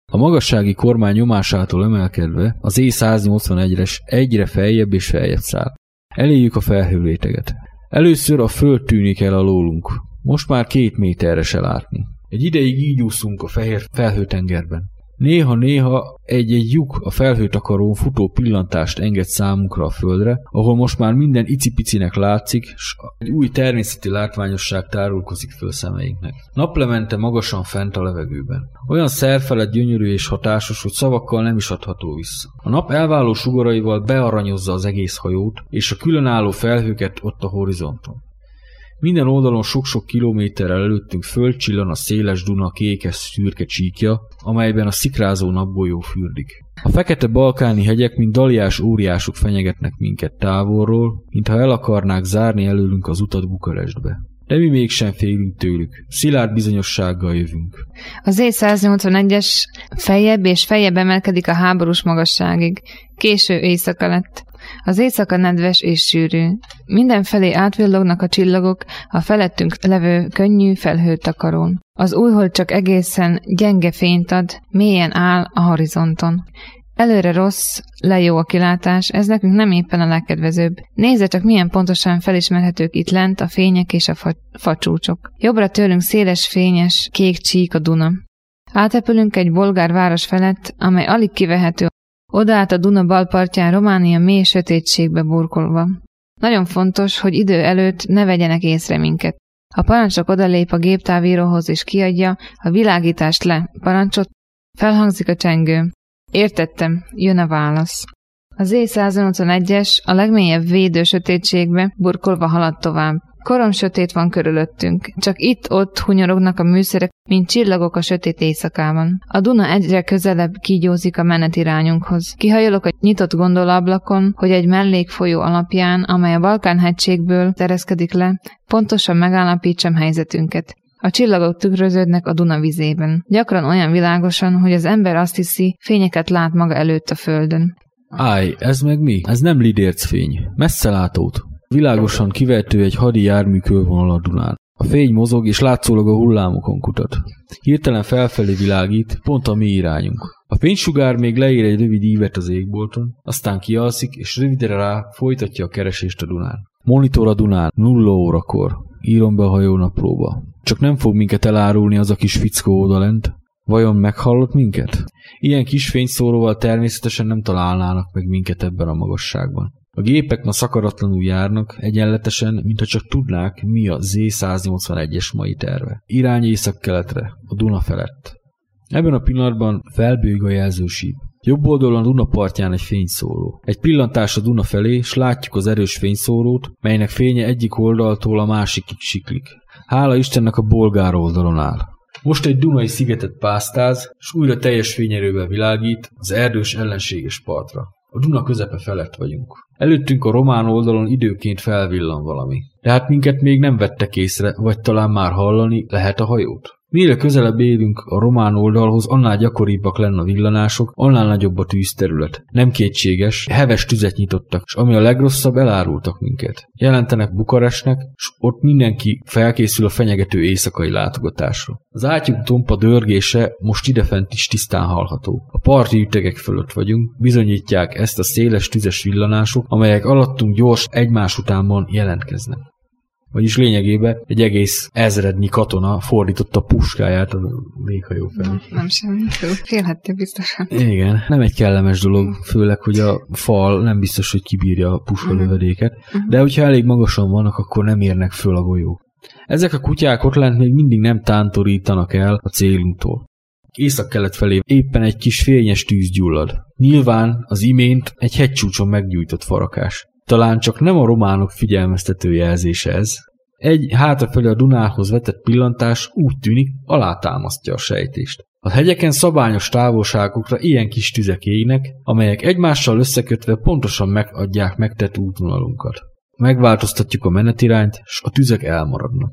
A magassági kormány nyomásától emelkedve az E181-es egyre feljebb és feljebb száll. Eléjük a felhőréteget. Először a föld tűnik el alólunk. Most már 2 méterre se látni. Egy ideig így úszunk a fehér felhőtengerben. Néha-néha egy lyuk a felhőtakarón futó pillantást enged számunkra a földre, ahol most már minden icipicinek látszik, s egy új természeti látványosság tárulkozik föl szemeinknek. Naplemente magasan fent a levegőben. Olyan szerfelett gyönyörű és hatásos, hogy szavakkal nem is adható vissza. A nap elváló sugaraival bearanyozza az egész hajót, és a különálló felhőket ott a horizonton. Minden oldalon sok-sok kilométerrel előttünk földcsillan a széles Duna kékes szürke csíkja, amelyben a szikrázó napgolyó fürdik. A fekete balkáni hegyek, mint daliás óriások fenyegetnek minket távolról, mintha el akarnák zárni előlünk az utat Bukarestbe. De mi mégsem félünk tőlük, szilárd bizonyossággal jövünk. Az E181-es feljebb és feljebb emelkedik a háborús magasságig. Késő éjszaka lett. Az éjszaka nedves és sűrű. Mindenfelé átvillognak a csillagok a felettünk levő könnyű felhőtakarón. Az újhold csak egészen gyenge fényt ad, mélyen áll a horizonton. Előre rossz, le jó a kilátás, ez nekünk nem éppen a legkedvezőbb. Nézze csak, milyen pontosan felismerhetők itt lent a fények és a facsúcsok. Jobbra tőlünk széles, fényes, kék csík a Duna. Átepülünk egy bolgár város felett, amely alig kivehető, odaállt a Duna bal partján Románia mély sötétségbe burkolva. Nagyon fontos, hogy idő előtt ne vegyenek észre minket. A parancsok odalép a géptávíróhoz és kiadja, a világítást le, parancsot, felhangzik a csengő. Értettem, jön a válasz. Az E181-es a legmélyebb védő sötétségbe burkolva halad tovább. Korom sötét van körülöttünk, csak itt-ott hunyorognak a műszerek, mint csillagok a sötét éjszakában. A Duna egyre közelebb kígyózik a menetirányunkhoz. Kihajolok a nyitott gondolóablakon, hogy egy mellékfolyó alapján, amely a Balkán-hegységből tereszkedik le, pontosan megállapítsam helyzetünket. A csillagok tükröződnek a Duna vizében. Gyakran olyan világosan, hogy az ember azt hiszi, fényeket lát maga előtt a földön. Állj, ez meg mi? Ez nem lidércfény. Messzelátót. Világosan kivető egy hadi jármű körvonal a Dunán. A fény mozog, és látszólag a hullámokon kutat. Hirtelen felfelé világít, pont a mi irányunk. A fénysugár még leér egy rövid ívet az égbolton, aztán kialszik, és rövidre rá folytatja a keresést a Dunán. Monitor a Dunán, 0 órakor. Írom be a hajónaplóba. Csak nem fog minket elárulni az a kis fickó odalent. Vajon meghallott minket? Ilyen kis fényszóróval természetesen nem találnának meg minket ebben a magasságban. A gépek ma szakaratlanul járnak, egyenletesen, mintha csak tudnák, mi a Z181-es mai terve. Irány észak-keletre, a Duna felett. Ebben a pillanatban felbőg a jelzősíp. Jobb oldalon a Duna partján egy fényszóró. Egy pillantás a Duna felé, s látjuk az erős fényszórót, melynek fénye egyik oldaltól a másikig siklik. Hála Istennek a bolgár oldalon áll. Most egy dunai szigetet pásztáz, s újra teljes fényerővel világít az erdős ellenséges partra. A Duna közepe felett vagyunk. Előttünk a román oldalon időként felvillan valami. De hát minket még nem vettek észre, vagy talán már hallani lehet a hajót. Mire közelebb érünk a román oldalhoz, annál gyakoribbak lenne a villanások, annál nagyobb a tűzterület. Nem kétséges, heves tüzet nyitottak, és ami a legrosszabb, elárultak minket. Jelentenek Bukarestnek, és ott mindenki felkészül a fenyegető éjszakai látogatásra. Az átyúk tompa dörgése most idefent is tisztán hallható. A parti ütegek fölött vagyunk, bizonyítják ezt a széles tüzes villanások, amelyek alattunk gyors egymás utánban jelentkeznek. Vagyis lényegében egy egész ezrednyi katona fordította a puskáját a léghajó felé. Nem semmi. Félhettél biztosan. Igen, nem egy kellemes dolog, főleg, hogy a fal nem biztos, hogy kibírja a puskalövedéket, de hogyha elég magasan vannak, akkor nem érnek föl a golyók. Ezek a kutyák ott lent még mindig nem tántorítanak el a célunktól. Észak-kelet felé éppen egy kis fényes tűz gyullad. Nyilván az imént egy hegycsúcson meggyújtott farakás. Talán csak nem a románok figyelmeztető jelzése ez. Egy hátrafelé a Dunához vetett pillantás úgy tűnik, alátámasztja a sejtést. A hegyeken szabályos távolságokra ilyen kis tüzek égnek, amelyek egymással összekötve pontosan megadják megtett útvonalunkat. Megváltoztatjuk a menetirányt, s a tüzek elmaradnak.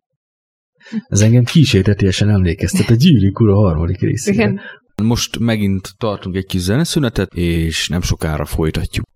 Ez engem kísértetiesen emlékeztet a Gyűrűk ura harmadik részére. Igen. Most megint tartunk egy kis zeneszünetet, és nem sokára folytatjuk.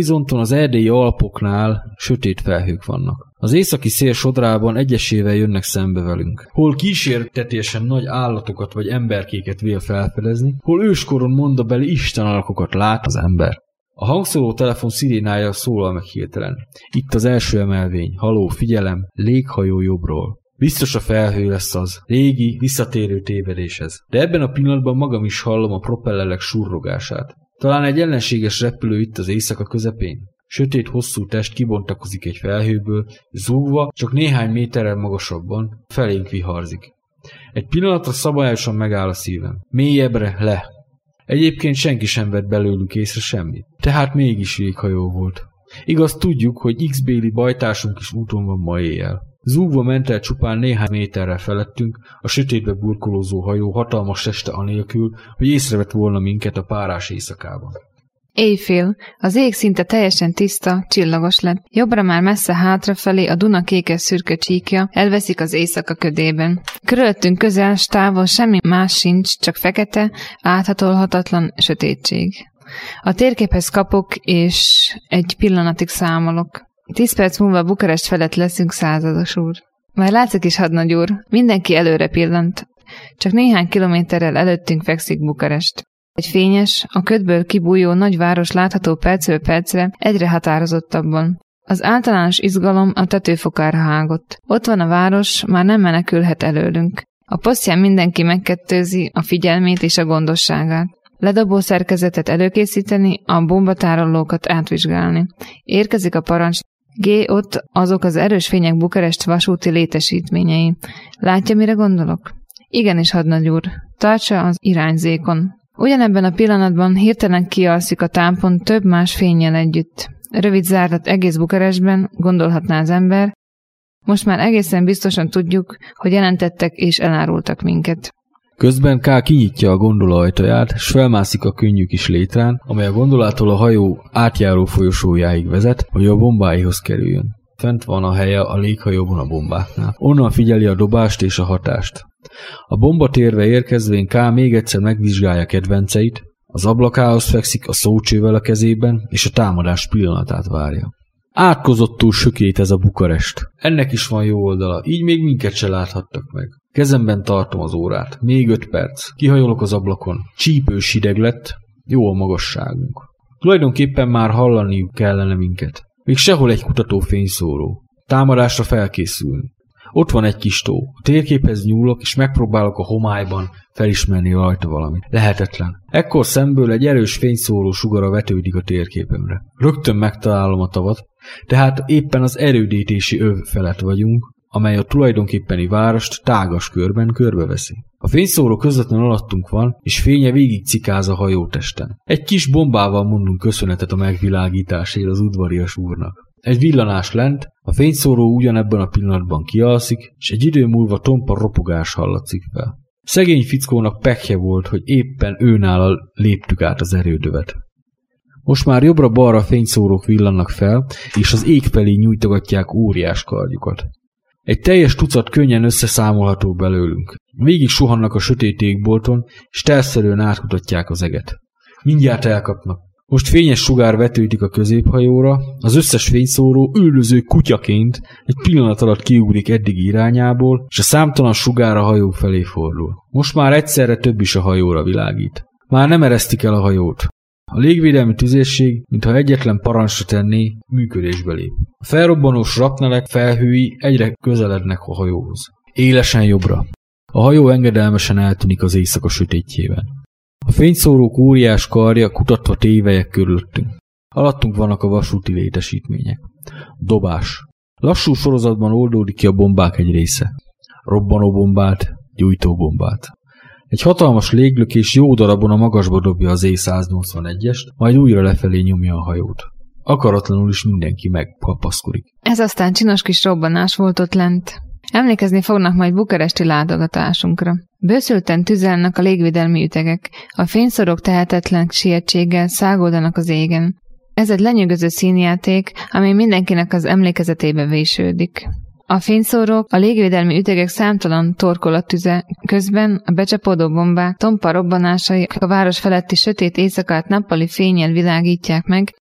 horizonton az erdélyi Alpoknál sötét felhők vannak. Az északi szél sodrában egyesével jönnek szembe velünk. Hol kísértetésen nagy állatokat vagy emberkéket vél felfedezni, hol őskoron mondabeli Isten alakokat lát az ember. A hangszóró telefon szirénája szólal meg hirtelen. Itt az első emelvény. Haló, figyelem, léghajó jobbról. Biztos a felhő lesz az. Régi, visszatérő tévedéshez. De ebben a pillanatban magam is hallom a propellerek surrogását. Talán egy ellenséges repülő itt az éjszaka közepén. Sötét, hosszú test kibontakozik egy felhőből, zúgva, csak néhány méterrel magasabban, felénk viharzik. Egy pillanatra szabályosan megáll a szívem. Mélyebbre, le. Egyébként senki sem vett belőlük észre semmit. Tehát mégis léghajó volt. Igaz, tudjuk, hogy X-béli bajtársunk is úton van ma éjjel. Zúgva ment el csupán néhány méterrel felettünk, a sötétbe burkolózó hajó hatalmas teste anélkül, hogy észrevett volna minket a párás éjszakában. Éjfél. Az ég szinte teljesen tiszta, csillagos lett. Jobbra már messze hátrafelé a Duna kékes-szürke csíkja elveszik az éjszaka ködében. Körülöttünk közel, távol semmi más sincs, csak fekete, áthatolhatatlan sötétség. A térképhez kapok, és egy pillanatig számolok. 10 perc múlva Bukarest felett leszünk, százados úr. Már látszik is, hadnagy úr, mindenki előre pillant. Csak néhány kilométerrel előttünk fekszik Bukarest. Egy fényes, a ködből kibújó nagyváros látható percről percre egyre határozottabban. Az általános izgalom a tetőfokára hágott. Ott van a város, már nem menekülhet előlünk. A posztján mindenki megkettőzi a figyelmét és a gondosságát. Ledobó szerkezetet előkészíteni, a bombatárolókat átvizsgálni. Érkezik a parancs. G. Ott azok az erős fények Bukarest vasúti létesítményei. Látja, mire gondolok? Igenis, hadnagy úr. Tartsa az irányzékon. Ugyanebben a pillanatban hirtelen kialszik a támpon több más fénnyel együtt. Rövid zárlat egész Bukarestben, gondolhatná az ember. Most már egészen biztosan tudjuk, hogy jelentettek és elárultak minket. Közben K. kinyitja a gondola ajtaját, s felmászik a könnyű kis létrán, amely a gondolától a hajó átjáró folyosójáig vezet, hogy a bombáihoz kerüljön. Fent van a helye a léghajóban a bombáknál. Onnan figyeli a dobást és a hatást. A bombatérve érkezvén K. még egyszer megvizsgálja kedvenceit, az ablakához fekszik a szócsővel a kezében, és a támadás pillanatát várja. Átkozottul sökét ez a Bukarest. Ennek is van jó oldala, így még minket se láthattak meg. Kezemben tartom az órát. Még 5 perc. Kihajolok az ablakon. Csípős hideg lett. Jó a magasságunk. Tulajdonképpen már hallaniuk kellene minket. Még sehol egy kutató fényszóró. Támadásra felkészülünk. Ott van egy kis tó. A térképhez nyúlok, és megpróbálok a homályban felismerni rajta valamit. Lehetetlen. Ekkor szemből egy erős fényszóró sugara vetődik a térképemre. Rögtön megtalálom a tavat, tehát éppen az erődítési öv felett vagyunk, amely a tulajdonképpeni várost tágas körben körbeveszi. A fényszóró közvetlenül alattunk van, és fénye végig cikáz a hajótesten. Egy kis bombával mondunk köszönetet a megvilágításért az udvarias úrnak. Egy villanás lent, a fényszóró ugyanebben a pillanatban kialszik, és egy idő múlva tompa ropogás hallatszik fel. Szegény fickónak pekje volt, hogy éppen őnála léptük át az erődövet. Most már jobbra-balra fényszórók villannak fel, és az ég felé nyújtogatják óriás kardjukat. Egy teljes tucat könnyen összeszámolható belőlünk. Végig suhannak a sötét égbolton, és terszerűen átkutatják az eget. Mindjárt elkapnak. Most fényes sugár vetődik a középhajóra, az összes fényszóró üldöző kutyaként egy pillanat alatt kiugrik eddigi irányából, és a számtalan sugár a hajó felé fordul. Most már egyszerre több is a hajóra világít. Már nem eresztik el a hajót. A légvédelmi tüzérség, mintha egyetlen parancsra tenné, működésbe lép. A felrobbanós raknelek felhői egyre közelednek a hajóhoz. Élesen jobbra. A hajó engedelmesen eltűnik az éjszaka sötétjében. A fényszórók óriás karja kutatva tévelyek körülöttünk. Alattunk vannak a vasúti létesítmények. Dobás. Lassú sorozatban oldódik ki a bombák egy része. Robbanóbombát, gyújtóbombát. Egy hatalmas léglökés jó darabon a magasba dobja az E-181-est, majd újra lefelé nyomja a hajót. Akaratlanul is mindenki megkapaszkodik. Ez aztán csinos kis robbanás volt ott lent. Emlékezni fognak majd bukaresti látogatásunkra. Bőszülten tüzelnek a légvédelmi ütegek, a fényszorok tehetetlen sietséggel szágoldanak az égen. Ez egy lenyűgöző színjáték, ami mindenkinek az emlékezetébe vésődik. A fényszórók, a légvédelmi ütegek számtalan torkolattüze közben a becsapódó bombák tompa robbanásai a város feletti sötét éjszakát nappali fénnyel világítják meg,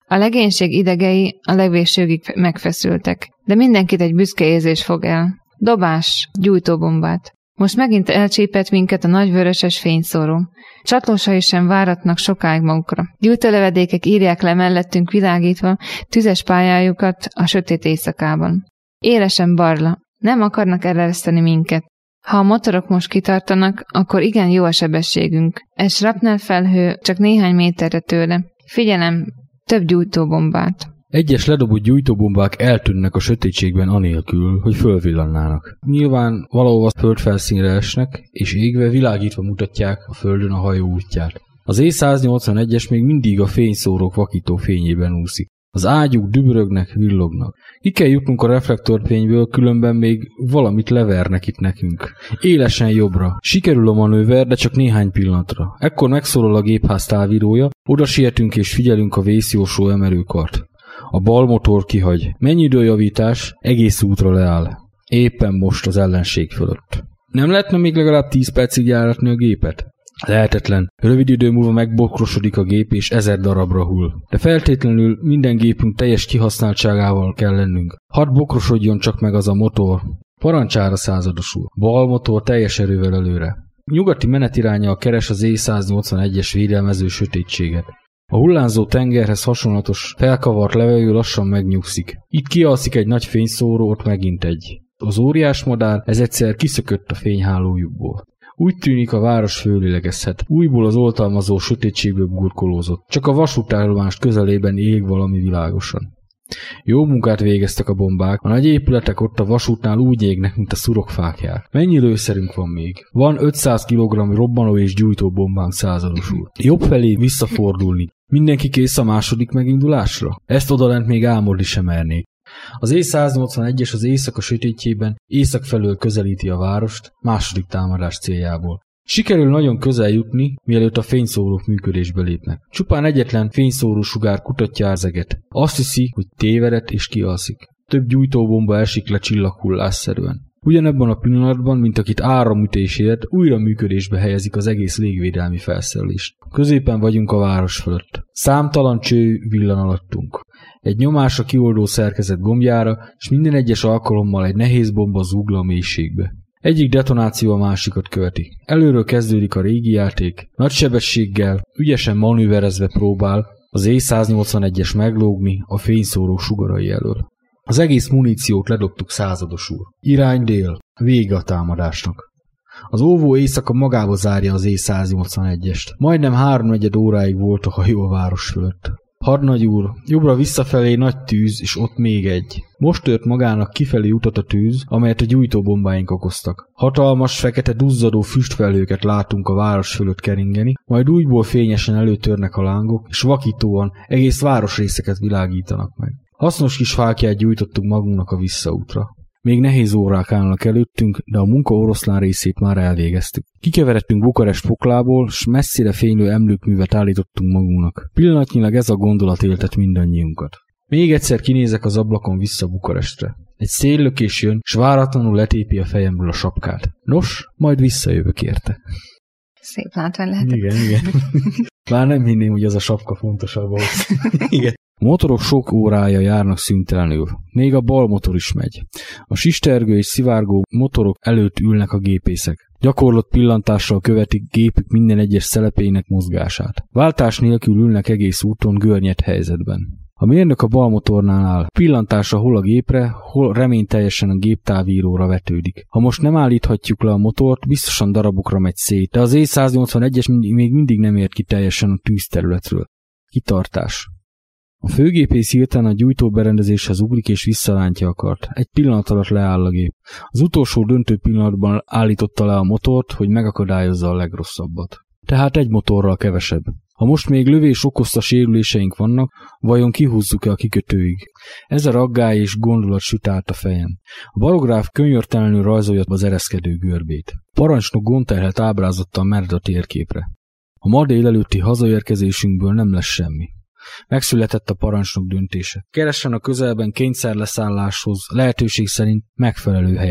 A legénység idegei a legvégsőkig megfeszültek, de mindenkit egy büszke érzés fog el. Dobás, gyújtóbombát. Most megint elcsípett minket a nagy vöröses fényszóró. Csatlósai sem váratnak sokáig magukra. Gyújtólevedékek írják le mellettünk világítva tüzes pályájukat a sötét éjszakában. Élesen barla, nem akarnak elereszteni minket. Ha a motorok most kitartanak, akkor igen jó a sebességünk. Egy shrapnel felhő csak néhány méterre tőle. Figyelem, több gyújtóbombát. Egyes ledobott gyújtóbombák eltűnnek a sötétségben anélkül, hogy fölvillannának. Nyilván valahova földfelszínre esnek, és égve világítva mutatják a földön a hajó útját. Az E-181-es még mindig a fényszórók vakító fényében úszik. Az ágyuk dübörögnek, villognak. Ki kell jutnunk a reflektorfényből, különben még valamit levernek itt nekünk. Élesen jobbra. Sikerül a manőver, de csak néhány pillanatra. Ekkor megszólal a gépház távírója, oda sietünk és figyelünk a vészjósó emelőkart. A bal motor kihagy. Mennyi időjavítás? Egész útra leáll. Éppen most az ellenség fölött. Nem lehetne még legalább 10 percig járatni a gépet? Lehetetlen. Rövid idő múlva megbokrosodik a gép és 1000 darabra hull. De feltétlenül minden gépünk teljes kihasználtságával kell lennünk. Hadd bokrosodjon csak meg az a motor. Parancsára századosul. Bal motor teljes erővel előre. Nyugati menetiránnyal keres az E-181-es védelmező sötétséget. A hullánzó tengerhez hasonlatos, felkavart levegő lassan megnyugszik. Itt kialszik egy nagy fényszóró, ott megint egy. Az óriás madár ez egyszer kiszökött a fényhálójukból. Úgy tűnik, a város föllélegezhet. Újból az oltalmazó sötétségből burkolózott. Csak a vasútállomás közelében ég valami világosan. Jó munkát végeztek a bombák, a nagy épületek ott a vasútnál úgy égnek, mint a szurokfákják. Mennyi lőszerünk van még? Van 500 kg robbanó és gyújtó bombánk, százados úr. Jobb felé visszafordulni. Mindenki kész a második megindulásra? Ezt odalent még álmodni sem mernék. Az E-181-es az éjszaka sötétjében észak felől közelíti a várost második támadás céljából. Sikerül nagyon közel jutni, mielőtt a fényszórók működésbe lépnek. Csupán egyetlen fényszóró sugár kutatja Árzeget. Azt hiszi, hogy tévedett és kialszik. Több gyújtóbomba esik le csillaghullásszerűen. Ugyanebben a pillanatban, mint akit áramütés ért, újra működésbe helyezik az egész légvédelmi felszerelést. Középen vagyunk a város fölött. Számtalan cső villan alattunk. Egy nyomásra kioldó szerkezet gombjára, és minden egyes alkalommal egy nehéz bomba zúg le a mélységbe. Egyik detonáció a másikat követi. Előről kezdődik a régi játék. Nagy sebességgel, ügyesen manőverezve próbál az E-181-es meglógni a fényszóró sugarai elől. Az egész muníciót ledobtuk, százados úr. Irány dél. Vége a támadásnak. Az óvó éjszaka magába zárja az E-181-est. Majdnem 3/4 óráig volt a hajó a város fölött. Hadnagy úr, jobbra visszafelé nagy tűz, és ott még egy. Most tört magának kifelé utat a tűz, amelyet a gyújtóbombáink okoztak. Hatalmas, fekete, duzzadó füstfelhőket látunk a város fölött keringeni, majd újból fényesen előtörnek a lángok, és vakítóan egész városrészeket világítanak meg. Hasznos kis fáklyát gyújtottunk magunknak a visszaútra. Még nehéz órák állnak előttünk, de a munka oroszlán részét már elvégeztük. Kikeveredtünk Bukarest poklából, s messzire fénylő emlőkművet állítottunk magunknak. Pillanatnyilag ez a gondolat éltet mindannyiunkat. Még egyszer kinézek az ablakon vissza Bukarestre. Egy széllökés jön, s váratlanul letépi a fejemből a sapkát. Nos, majd visszajövök érte. Szép látvány lehetett. Igen. Már nem hinném, hogy az a sapka fontosabb volt. Igen. A motorok sok órája járnak szüntelenül. Még a bal motor is megy. A sistergő és szivárgó motorok előtt ülnek a gépészek. Gyakorlott pillantással követik gépük minden egyes szelepének mozgását. Váltás nélkül ülnek egész úton görnyed helyzetben. A mérnök a bal motornál áll. Pillantása hol a gépre, hol reményteljesen a géptávíróra vetődik. Ha most nem állíthatjuk le a motort, biztosan darabokra megy szét, de az E-181-es még mindig nem ért ki teljesen a tűzterületről. Kitartás. A főgépész hirtelen a gyújtóberendezéshez ugrik és visszarántja a kart. Egy pillanat alatt leáll a gép. Az utolsó döntő pillanatban állította le a motort, hogy megakadályozza a legrosszabbat. Tehát egy motorral kevesebb. Ha most még lövés okozta sérüléseink vannak, vajon kihúzzuk-e a kikötőig? Ez a raggály és gondolat süt át a fejem. A barográf könyörtelenül rajzolja az ereszkedő görbét. Parancsnok gondterhelt ábrázattal mered a térképre. A ma délelőtti hazaérkezésünkből nem lesz semmi. Megszületett a parancsnok döntése. Keressen a közelben kényszerleszálláshoz lehetőség szerint megfelelő helyet.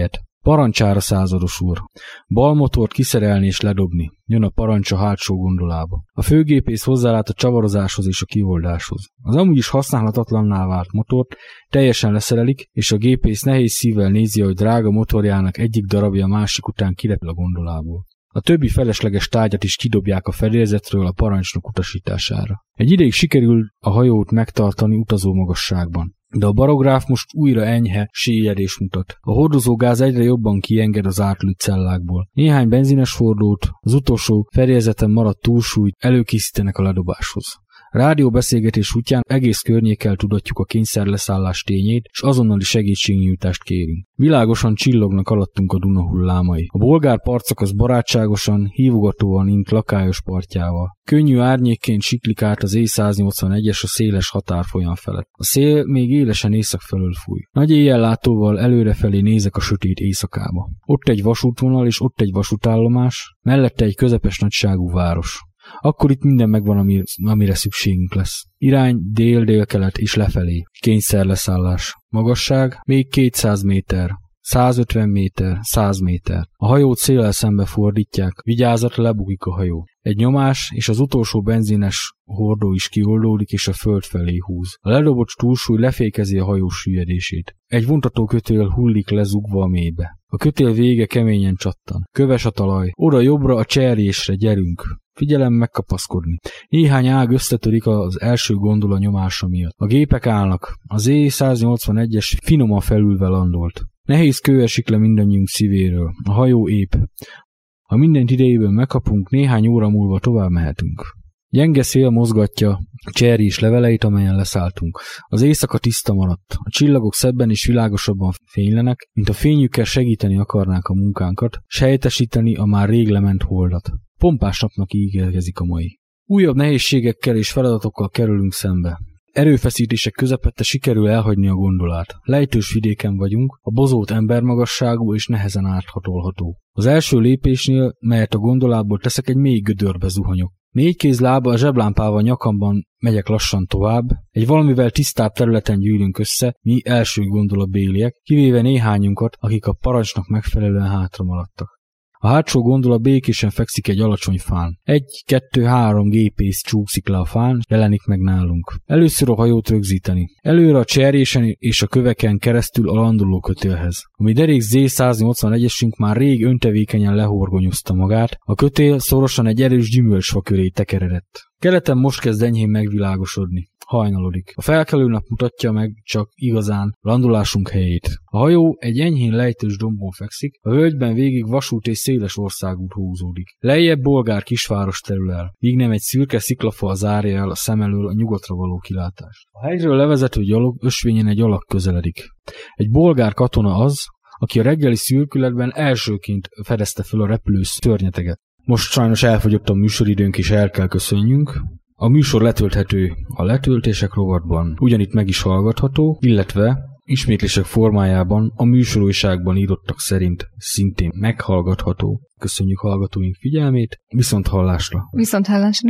Parancsára, százados úr. Bal motort kiszerelni és ledobni. Jön a parancs a hátsó gondolába. A főgépész hozzálát a csavarozáshoz és a kioldáshoz. Az amúgy is használhatatlanná vált motort teljesen leszerelik, és a gépész nehéz szívvel nézi, hogy drága motorjának egyik darabja a másik után kirepül a gondolából. A többi felesleges tárgyat is kidobják a fedélzetről a parancsnok utasítására. Egy ideig sikerül a hajót megtartani utazó magasságban. De a barográf most újra enyhe séllyedés mutat. A hordozógáz egyre jobban kienged az átlőtt cellákból. Néhány benzines fordulót, az utolsó fedélzeten maradt túlsúlyt előkészítenek a ledobáshoz. Rádióbeszélgetés útján egész környékkel tudatjuk a kényszerleszállás tényét, és azonnali segítségnyújtást kérünk. Világosan csillognak alattunk a Duna hullámai. A bolgár partszakasz barátságosan, hívogatóan int lakályos partjával. Könnyű árnyékként siklik át az E181-es a széles határfolyam felett. A szél még élesen észak felől fúj. Nagy éjjellátóval előrefelé nézek a sötét éjszakába. Ott egy vasútvonal és ott egy vasútállomás, mellette egy közepes nagyságú város. Akkor itt minden megvan, amire szükségünk lesz. Irány dél-délkelet és lefelé. Kényszerleszállás. Magasság még 200 méter. 150 méter, 100 méter. A hajót széllel szembe fordítják, vigyázatra lebukik a hajó. Egy nyomás, és az utolsó benzines hordó is kioldódik, és a föld felé húz. A ledobott túlsúly lefékezi a hajó süllyedését. Egy vontató kötél hullik lezugva a mélybe. A kötél vége keményen csattan. Köves a talaj. Oda jobbra a cserjésre gyerünk. Figyelem megkapaszkodni. Néhány ág összetörik az első gondola nyomása miatt. A gépek állnak. Az E181-es finoman felülve landolt. Nehéz kő esik le mindannyiunk szívéről. A hajó épp. Ha mindent idejében megkapunk, néhány óra múlva tovább mehetünk. Gyenge szél mozgatja a cserjés leveleit, amelyen leszálltunk. Az éjszaka tiszta maradt. A csillagok szebben és világosabban fénylenek, mint a fényükkel segíteni akarnák a munkánkat, sejtesíteni a már rég lement holdat. Pompás napnak ígérkezik a mai. Újabb nehézségekkel és feladatokkal kerülünk szembe. Erőfeszítések közepette sikerül elhagyni a gondolát. Lejtős vidéken vagyunk, a bozót embermagasságú és nehezen áthatolható. Az első lépésnél, melyet a gondolából teszek, egy mély gödörbe zuhanyok. 4 kéz lába a zseblámpával nyakamban megyek lassan tovább, egy valamivel tisztább területen gyűlünk össze, mi első gondolatbéliek, kivéve néhányunkat, akik a parancsnak megfelelően hátra maradtak. A hátsó gondola békésen fekszik egy alacsony fán. 1, 2, 3 gépész csúszik le a fán, jelenik meg nálunk. Először a hajót rögzíteni. Előre a cserjésen és a köveken keresztül a landoló kötélhez. A mi derék Z181-esünk már rég öntevékenyen lehorgonyozta magát, a kötél szorosan egy erős gyümölcsfa köré tekeredett. Keleten most kezd enyhén megvilágosodni. Hajnalodik. A felkelő nap mutatja meg csak igazán landolásunk helyét. A hajó egy enyhén lejtős dombon fekszik, a völgyben végig vasút és széles országút húzódik. Lejjebb bolgár kisváros terül el, míg nem egy szürke sziklafal zárja el a szem elől a nyugatra való kilátást. A hegyről levezető gyalog ösvényen egy alak közeledik. Egy bolgár katona az, aki a reggeli szürkületben elsőként fedezte föl a repülő szörnyeteget. Most sajnos elfogyott a műsoridőnk, és el kell köszönjünk. A műsor letölthető a letöltések rovatban, ugyanitt meg is hallgatható, illetve ismétlések formájában a műsorújságban írottak szerint szintén meghallgatható. Köszönjük hallgatóink figyelmét, viszont hallásra! Viszont hallásra!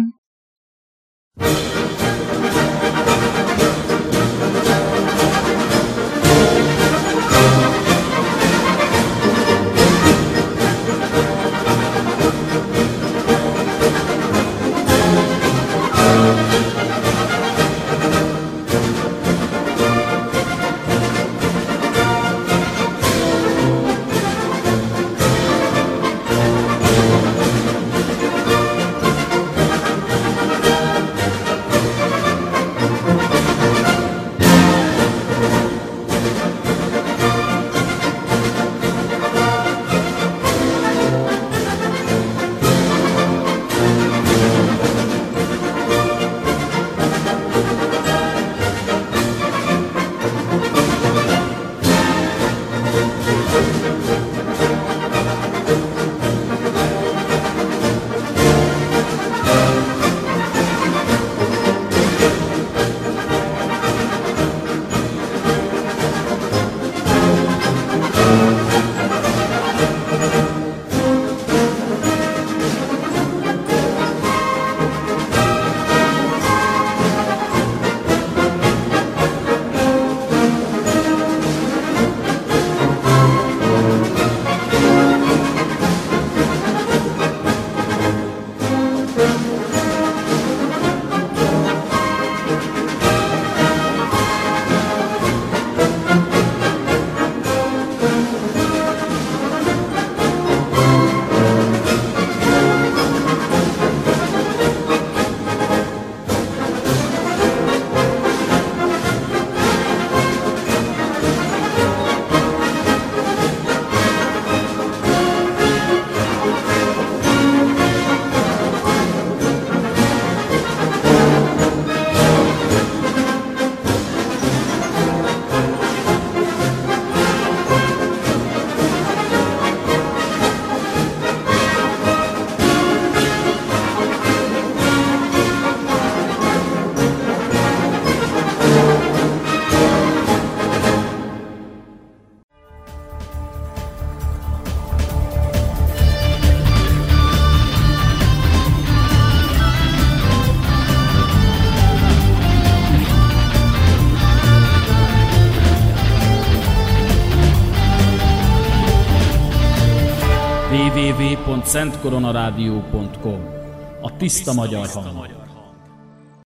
www.szentkoronarádió.com. A tiszta magyar hang.